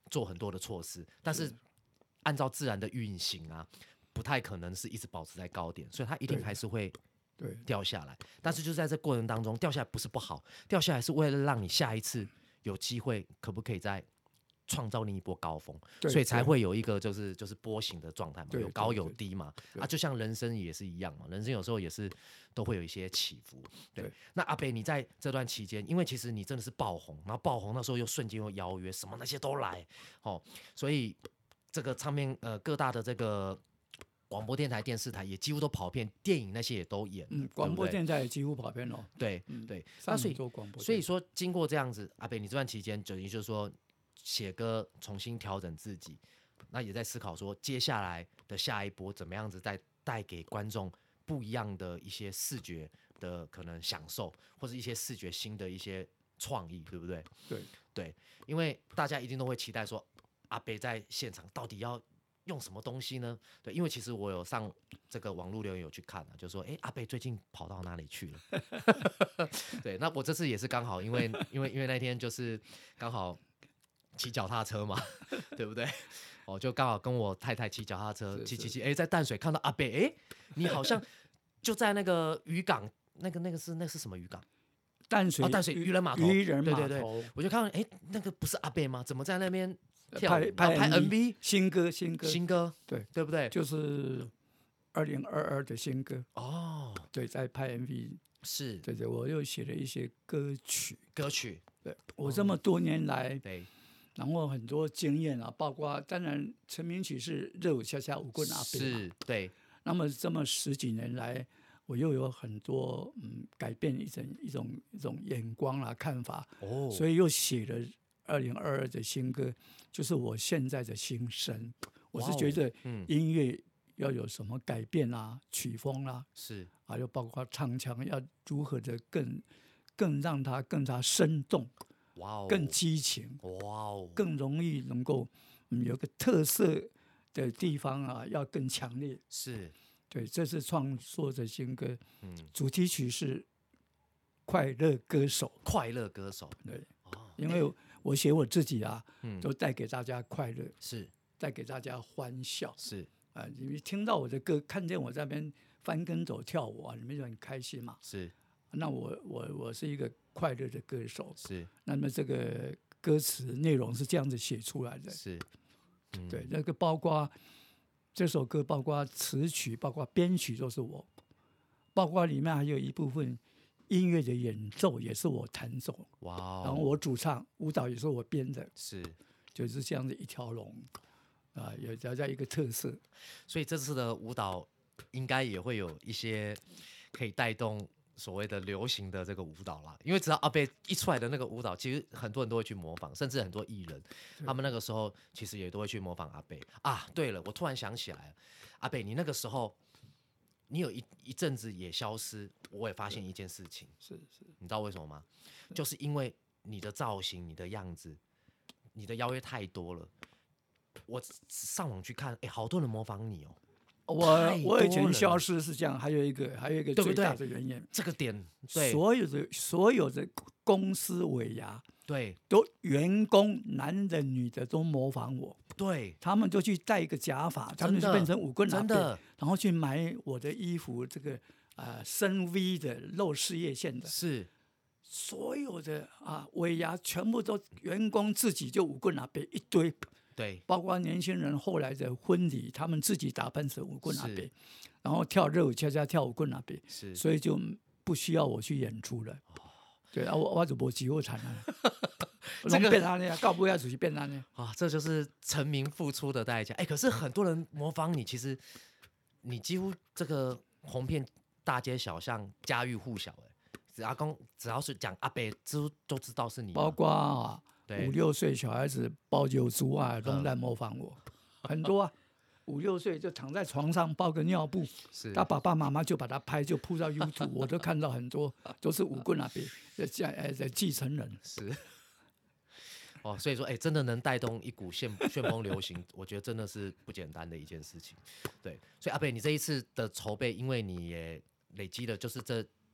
做很多的措施，但是按照自然的运行啊，不太可能是一直保持在高点，所以它一定还是会对掉下来。但是就在这过程当中，掉下来不是不好，掉下来是为了让你下一次有机会，可不可以再创造另一波高峰，所以才会有一个就是就是波形的状态嘛，有高有低嘛。啊，就像人生也是一样嘛，人生有时候也是都会有一些起伏。对，对那阿北你在这段期间，因为其实你真的是爆红，然后爆红那时候又瞬间又邀约，什么那些都来，哦，所以这个唱片呃各大的这个广播电台、电视台也几乎都跑遍，电影那些也都演， 嗯，广播电台也几乎跑遍了。 对、嗯、对，那所以所以说经过这样子，阿北你这段期间，就也就是说。写歌重新调整自己，那也在思考说接下来的下一波怎么样子再带给观众不一样的一些视觉的可能享受，或者一些视觉新的一些创意，对不对？ 对对，因为大家一定都会期待说阿北在现场到底要用什么东西呢？对，因为其实我有上这个网络留言有去看啊，就说哎阿北最近跑到哪里去了？对，那我这次也是刚好，因为因为因为那天就是刚好。骑脚踏车嘛，对不对？哦，就刚好跟我太太骑脚踏车，骑骑骑，哎，在淡水看到阿北，哎，你好像就在那个渔港，那个那个是那是什么渔港？ 淡水、 哦、淡水渔人码头。 渔人码头， 对对对，我就看到，哎，那个不是阿北吗？怎么在那边跳拍拍拍 M V？ 新歌，新歌， 新歌， 对对不对？ 就是二零二二的新歌。 哦， 对，在拍 M V。 是， 对对，我又写了一些歌曲。 歌曲， 对我这么多年来， 哦、对。 然后很多经验啊，包括当然成名曲是热舞恰恰舞棍阿北， 是，对。 那么这么十几年来，我又有很多嗯改变一种一种一种眼光啊看法，哦，所以又写了二零二二的新歌，就是我现在的心声。我是觉得音乐要有什么改变啊，曲风啦、啊， 是， 还有包括唱腔要如何的更更让它更加生动。 哇哦， 更激情， 哇哦， 更容易能够、嗯、有个特色的地方啊，要更强烈。 是， 对，这是创作的新歌，嗯，主题曲是《快乐歌手》。 快乐歌手， 对，哦，因为我写我自己啊，嗯，都带给大家快乐， 是， 带给大家欢笑， 是啊，你们听到我的歌，看见我在那边翻跟斗跳舞啊，你们就很开心嘛。 是。 那我我我是一个快乐的歌手， 是。 那么这个歌词内容是这样子写出来的， 是。 嗯、对，那个包括这首歌，包括词曲，包括编曲都是我，包括里面还有一部分音乐的演奏也是我弹奏， 哇、哦， 然后我主唱，舞蹈也是我编的， 是， 就是这样的一条龙啊，有大家一个特色。 所以这次的舞蹈应该也会有一些可以带动所谓的流行的这个舞蹈啦，因为只要阿北一出来的那个舞蹈，其实很多人都会去模仿，甚至很多艺人，他们那个时候其实也都会去模仿阿北啊。对了，我突然想起来了，阿北，你那个时候，你有一一阵子也消失，我也发现一件事情， 是是， 你知道为什么吗？就是因为你的造型、你的样子、你的邀约太多了，我上网去看，哎，好多人模仿你哦。 我我以前消失是这样，还有一个还有一个最大的原因，对对这个点，对， 所有的所有的公司尾牙， 对， 都员工男的女的都模仿我， 对， 他们就去戴一个假发，他们就变成舞棍阿伯， 真的， 然后去买我的衣服，这个啊、呃、深 V 的露事业线的， 是所有的啊尾牙全部都员工自己就舞棍阿伯一堆。 对， 包括年轻人后来的婚礼，他们自己打扮成舞棍阿伯，然后跳热舞恰恰跳舞棍阿伯，所以就不需要我去演出了。哦、对啊，我我就没机会谈了。这个变他呢，告不要出去变他呢啊，这就是成名付出的代价。哎，可是很多人模仿你，其实你几乎这个红遍大街小巷，家喻户晓。哎，只要讲只要是讲阿伯，都都知道是你。 包括啊。五六岁小孩子包酒足啊，都在模仿我，嗯、很多啊。五六岁就躺在床上包个尿布，他爸爸妈妈就把他拍，就铺到 YouTube， 我都看到很多都是舞棍那边的的继承人。 是，哦，所以说，哎、欸，真的能带动一股旋旋风流行，我觉得真的是不简单的一件事情。对，所以阿北，你这一次的筹备，因为你也累积了，就是这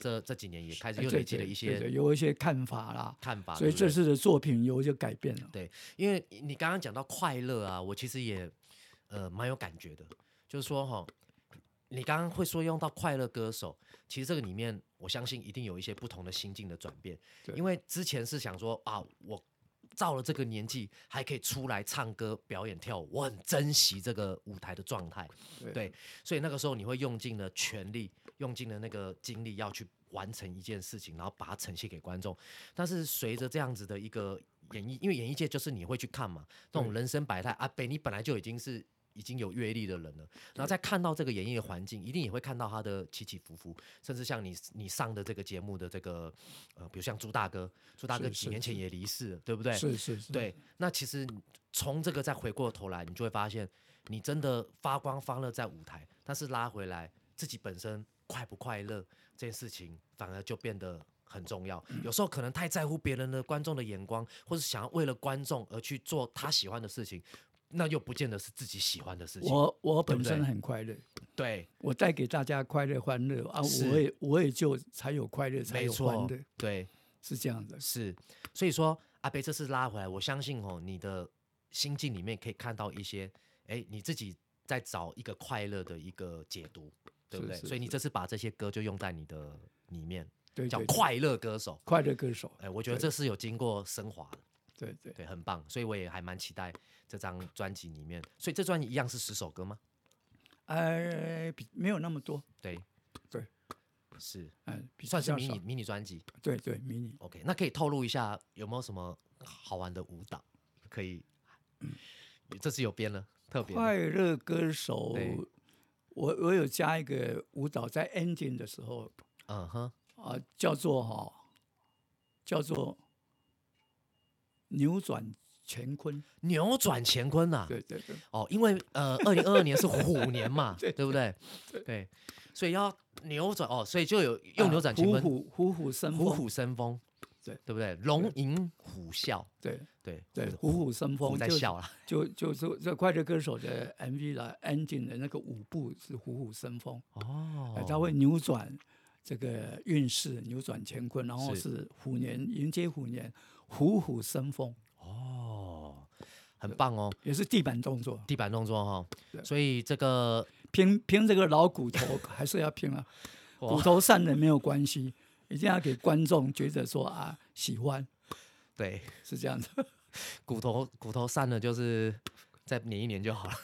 这这几年也开始哎又累积了一些对对对有一些看法啦， 看法， 所以对不对这次的作品有一些改变了。 对，因为你刚刚讲到快乐啊，我其实也呃蛮有感觉的，就是说哈，你刚刚会说用到快乐歌手，其实这个里面我相信一定有一些不同的心境的转变， 对因为之前是想说啊，我到了这个年纪还可以出来唱歌、表演、跳舞，我很珍惜这个舞台的状态， 对对，所以那个时候你会用尽了全力，用尽了那个精力要去完成一件事情，然后把它呈现给观众。但是随着这样子的一个演艺，因为演艺界就是你会去看嘛，这种对人生百态，阿北你本来就已经是已经有阅历的人了，然后再看到这个演艺的环境，一定也会看到他的起起伏伏，甚至像你你上的这个节目的这个呃，比如像朱大哥，朱大哥是是几年前也离世了，对不对？ 是是是， 对，那其实从这个再回过头来，你就会发现，你真的发光发热在舞台，但是拉回来自己本身快不快乐这件事情，反而就变得很重要。有时候可能太在乎别人的观众的眼光，或是想要为了观众而去做他喜欢的事情，那又不见得是自己喜欢的事情。 我我对不对本身很快乐， 对， 我带给大家快乐欢乐啊， 是我也我也就才有快乐，才没有欢错乐，， 对， 是这样的。 是。所以说，阿北这次拉回来，我相信哦，你的心境里面可以看到一些，哎，你自己在找一个快乐的一个解读，对不对？ 是是是所以你这次把这些歌就用在你的里面，叫对对对快乐歌手。 快乐歌手， 哎，我觉得对这是有经过升华的， 对对， 对，很棒。所以我也还蛮期待这张专辑里面。所以这专辑一样是十首歌吗？ 呃，比没有那么多， 对对， 是嗯，比算是较少迷你迷你专辑。 对对迷你。 OK，那可以透露一下有没有什么好玩的舞蹈？可以，这次有编了，特别的快乐歌手对， 我我有加一个舞蹈，在 ending 的时候嗯哼， 啊、叫做哈、叫做扭转乾坤。 扭转乾坤呐、 对对对， 哦，因为呃，二零二二年是虎年嘛， 对对不对？对，所以要扭转哦，所以就有用扭转乾坤， 啊虎虎虎虎生风， 虎虎生风， 对对不对？龙吟虎啸， 对对对，虎虎生虎风就在笑啦， 就就就这快乐歌手的 M V 啦 ending 的那个舞步是虎虎生风， 哦呃，它会扭转这个运势，扭转乾坤，然后是是虎年迎接虎年，虎虎生风， 哦，很棒哦， 也是地板动作， 地板动作哈、 对所以这个拼拼这个老骨头还是要拼啊， 哇骨头散了没有关系，一定要给观众觉得说啊喜欢， 对是这样子。 骨头骨头散了，就是再粘一粘就好了，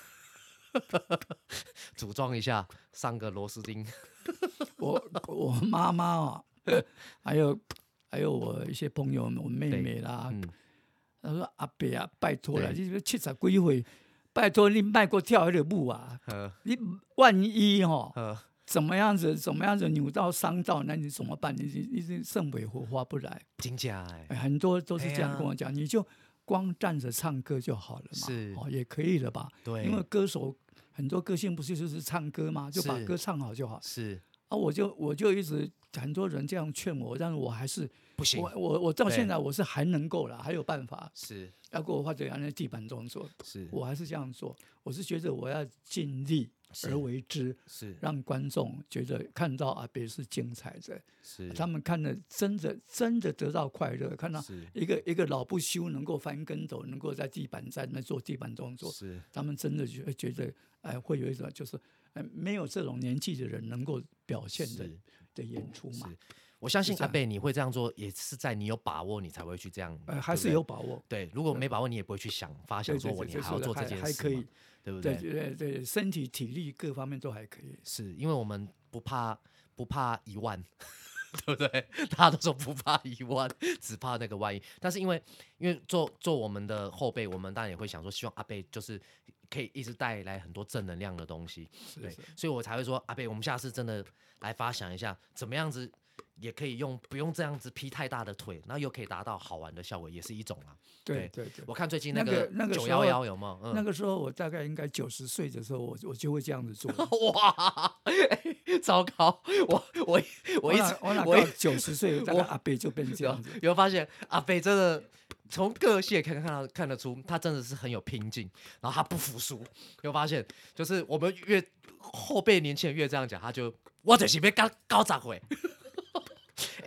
组装一下，上个螺丝钉。 我我妈妈啊，还有还有我一些朋友，我妹妹啦， 嗯， 她说阿伯啊，拜托了， 对你七十几岁，拜托你迈过跳那个舞啊， 呃你万一哈、 呃， 怎么样子怎么样子扭到伤到，那你怎么办？你你你肾尾活划不来， 金甲哎， 哎很多都是这哎呀样跟我讲，你就光站着唱歌就好了嘛， 是哦也可以了吧？ 对， 因为歌手很多个性不是就是唱歌吗？就把是歌唱好就好。 是啊，我就我就一直很多人这样劝我，但是我还是不行我，我我到对现在我是还能够了，还有办法是要给我或者要那地板动作， 是我还是这样做。我是觉得我要尽力是而为之， 是让观众觉得看到阿北是精彩的， 是， 他们看了真的真的得到快乐，看到是一个一个老不休能够翻跟斗，能够在地板在那做地板动作， 是他们真的觉觉得哎会有一种就是哎没有这种年纪的人能够表现的是的演出嘛。 是，我相信是这样阿贝你会这样做，也是在你有把握，你才会去这样， 呃，还是对不对有把握， 对。如果没把握，你也不会去想发想对对对， 说我你还要就是还做这件事嘛， 还可以， 对不对对？ 对对，身体体力各方面都还可以。 是因为我们不怕不怕一万，对不对？大家都说不怕一万，只怕那个万一。但是因为因为做做我们的后辈，我们当然也会想说，希望阿贝就是可以一直带来很多正能量的东西，对是是， 所以我才会说阿贝，我们下次真的来发想一下，怎么样子也可以用不用这样子劈太大的腿，然后又可以达到好玩的效果，也是一种啦。 对对对。 我看最近那个个那个九幺时候幺有没有？嗯， 那个时候我大概应该九十岁的时候，我我就会这样子做。 哇，糟糕！我我我一直哪我哪我一到九十岁，大概阿北就变成这有样子。 有没有发现阿飞真的从个性也可以看到看得出，他真的是很有拼劲，然后他不服输。有发现，就是我们越后辈年轻人越这样讲，他就我就是要高高十回，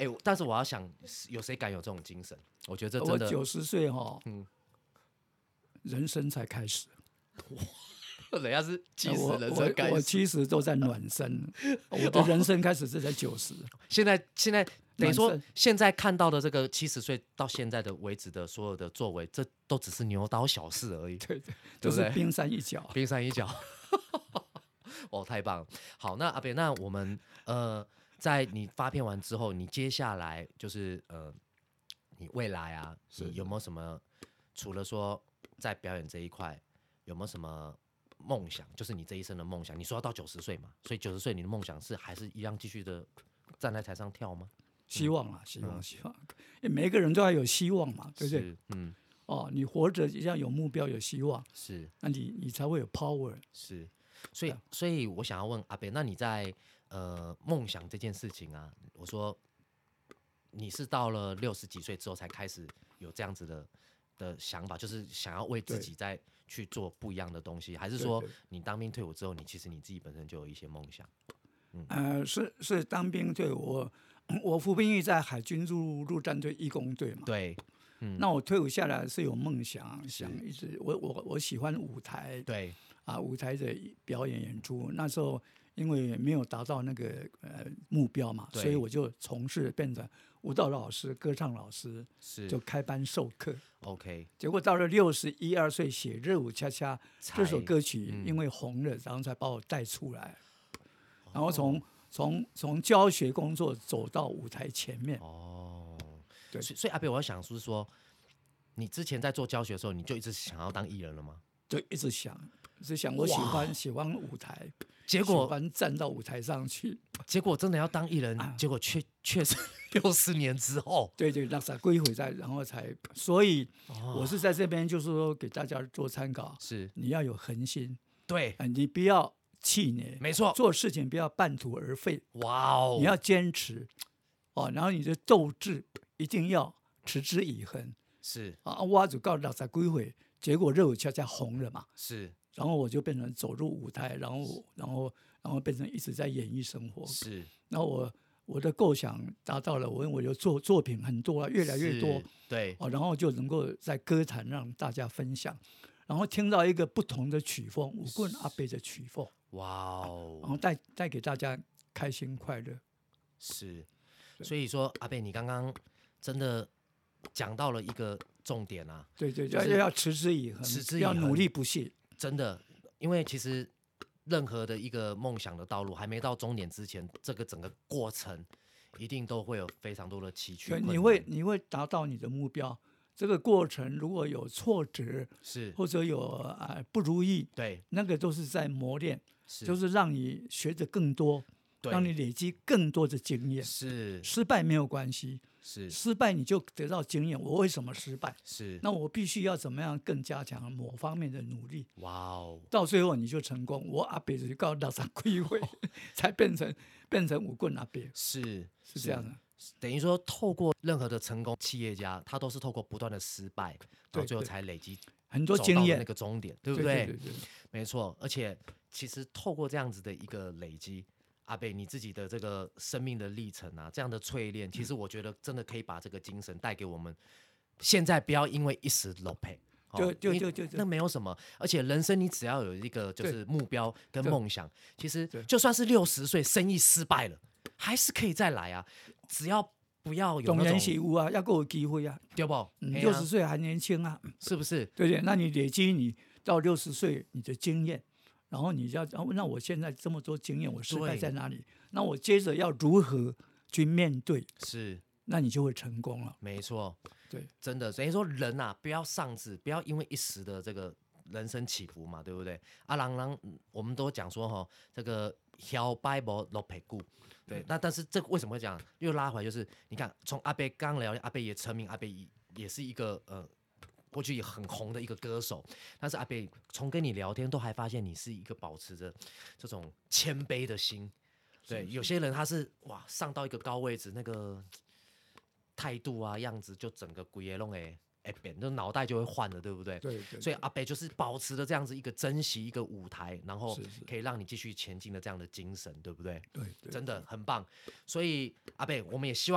哎、但是我要想，有谁敢有这种精神？我觉得这真的， 我九十岁哈， 嗯， 人生才开始。 人家是七十我人生开我我始， 七十都在暖身，我的人生开始是在九十。 现在现在等于说暖身， 现在看到的这个七十岁到现在的为止的所有的作为，这都只是牛刀小事而已， 对对， 对不对？ 都是冰山一角。 冰山一角。哦，太棒了！好，那阿北，那我们呃，在你发片完之后，你接下来就是呃，你未来啊， 是你有没有什么？除了说在表演这一块，有没有什么梦想？就是你这一生的梦想。你说要到九十岁嘛，所以九十岁你的梦想是还是一样继续的站在台上跳吗？ 希望啊，希望，希望，因为每个人都要有希望嘛，对不对？ 是，嗯， 哦，你活着一定要有目标、有希望， 是那你你才会有 power。 是，所以所以我想要问阿北，那你在呃梦想这件事情啊，我说你是到了六十几岁之后才开始有这样子的的想法，就是想要为自己再去做不一样的东西，还是说对对你当兵退伍之后，你其实你自己本身就有一些梦想？ 呃，是是当兵对我，我服兵役在海军陆陆战队义工队嘛。 对，嗯， 那我退伍下来是有梦想，想一直我我我喜欢舞台对， 啊，舞台的表演演出。那时候因为没有达到那个呃目标嘛， 对所以我就从事变成舞蹈老师、歌唱老师， 是就开班授课。 OK， 结果到了六十一二岁写《热舞恰恰》这首才歌曲， 嗯因为红了，然后才把我带出来，然后从从从教学工作走到舞台前面。 哦， 对所以所以阿北，我要想是说，你之前在做教学的时候，你就一直想要当艺人了吗？ 就一直想，一直想，我喜欢喜欢舞台， 结果喜欢站到舞台上去。 结果真的要当艺人， 啊结果却却是六十年之后， 对对，那才归回在，然后才，所以哦我是在这边就是说给大家做参考， 是你要有恒心， 对， 啊，你不要气馁， 没错， 做事情不要半途而废， 哇哦， 你要坚持，哦，然后你的斗志一定要持之以恒是啊！我就告六十几回，结果热舞恰恰红了嘛， 是然后我就变成走入舞台，然后然后然后变成一直在演艺生活。 是， 然后我我的构想达到了，我我有作作品很多啊，越来越多是，对， 哦，然后就能够在歌坛让大家分享，然后听到一个不同的曲风，舞棍阿伯的曲风， 哇然哦， 后带带给大家开心快乐。 是， 对所以说阿贝，你刚刚真的讲到了一个重点啊， 对对， 就是要要持之以恒， 持之以恒要努力不懈。 真的，因为其实任何的一个梦想的道路还没到终点之前，这个整个过程一定都会有非常多的崎岖对， 困难， 你会你会达到你的目标。这个过程如果有挫折是， 或者有啊、呃、不如意， 对， 那个都是在磨练， 是， 就是让你学的更多， 对让你累积更多的经验。 是失败没有关系， 是失败你就得到经验。我为什么失败？ 是， 那我必须要怎么样更加强某方面的努力， 哇哦， 到最后你就成功。我阿伯就告六十几岁才变成变成舞棍阿伯， 是是这样的。 等于说，透过任何的成功企业家，他都是透过不断的失败，然后最后对对才累积很多经验走到了那，个终点，对不对对对没错，而且其实透过这样子的一个累积，阿贝你自己的这个生命的历程啊，这样的淬炼，其实我觉得真的可以把这个精神带给我们。现在不要因为一时落配。 就就因为就就就那没有什么，而且人生你只要有一个就是目标跟对梦想，其实对就算是六十岁生意失败了，还是可以再来啊，只要不要有总那种年是有啊，要够有机会啊。 对不？ 嗯， 嘿啊六十岁还年轻啊， 是不是？ 对不对？那你累积你到六十岁你的经验，然后你要，哦那我现在这么多经验，我失败对在哪里？那我接着要如何去面对？ 是那你就会成功了。 没错。 对， 真的，等于说人啊，不要丧志，不要因为一时的这个人生起伏嘛，对不对？啊，郎郎，我们都讲说哈，这个摇摆无落屁股，对。那但是这个为什么会讲？又拉回来，就是你看，从阿贝刚聊，阿贝也成名，阿贝也也是一个呃，过去也很红的一个歌手。但是阿贝从跟你聊天，都还发现你是一个保持着这种谦卑的心。对，有些人他是哇，上到一个高位置，那个态度啊、样子，就整个鬼也弄诶哎变，就脑袋就会换了，对不对？ 对对。 所以阿北就是保持着这样子一个珍惜一个舞台，然后是是可以让你继续前进的这样的精神，对不对？ 对对， 真的很棒。所以阿北，我们也希望你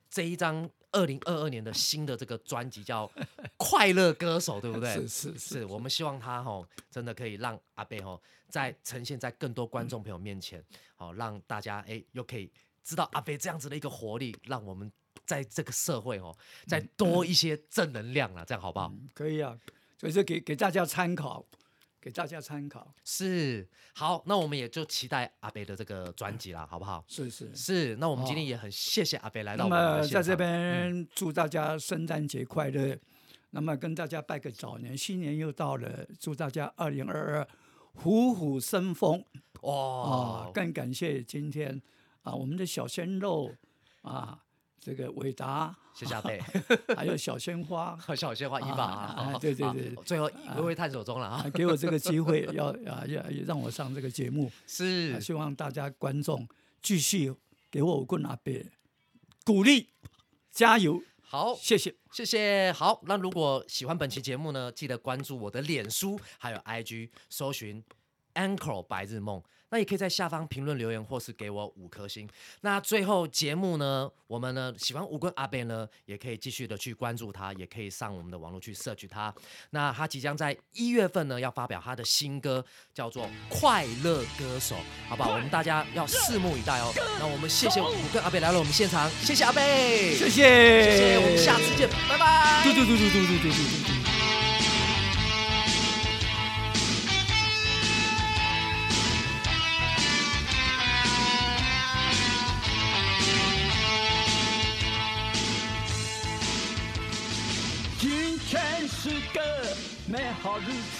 这一张二零二二年的新的这个专辑叫《快乐歌手》，对不对？ 是是是， 是我们希望他吼真的可以让阿伯吼在呈现在更多观众朋友面前，好让大家哎又可以知道阿伯这样子的一个活力，让我们在这个社会哦再多一些正能量啦，这样好不好？ 嗯，可以啊，所以说给给大家参考。给大家参考是好，那我们也就期待阿伯的这个专辑啦，好不好？ 是是是，那我们今天也很谢谢阿伯来到我那们的现场。 么在这边祝大家圣诞节快乐，嗯、那么跟大家拜个早年，新年又到了，祝大家二零二二虎虎生风哇、哦啊！更感谢今天啊我们的小鲜肉啊。这个伟达， 谢谢阿伯， 还有小鲜花， 小鲜花伊爸啊， 对对对， 最后微微探手中了啊， 给我这个机会，要啊要让我上这个节目， 是希望大家观众继续给我棍阿伯鼓励，加油， 好， 谢谢， 谢谢。好，那如果喜欢本期节目呢，记得关注我的脸书还有 I G， 搜寻 Anchor 白日梦。那也可以在下方评论留言，或是给我五颗星。那最后节目呢，我们呢喜欢舞棍阿伯呢，也可以继续的去关注他，也可以上我们的网络去search他。那他即将在一月份呢要发表他的新歌，叫做《快乐歌手》，好不好？我们大家要拭目以待哦。那我们谢谢舞棍阿伯来了我们现场，谢谢阿伯， 谢谢， 谢谢，我们下次见，拜拜。 嘟嘟嘟嘟嘟嘟嘟嘟嘟。是个美好日子，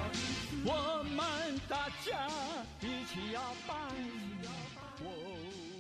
我们大家一起摇摆。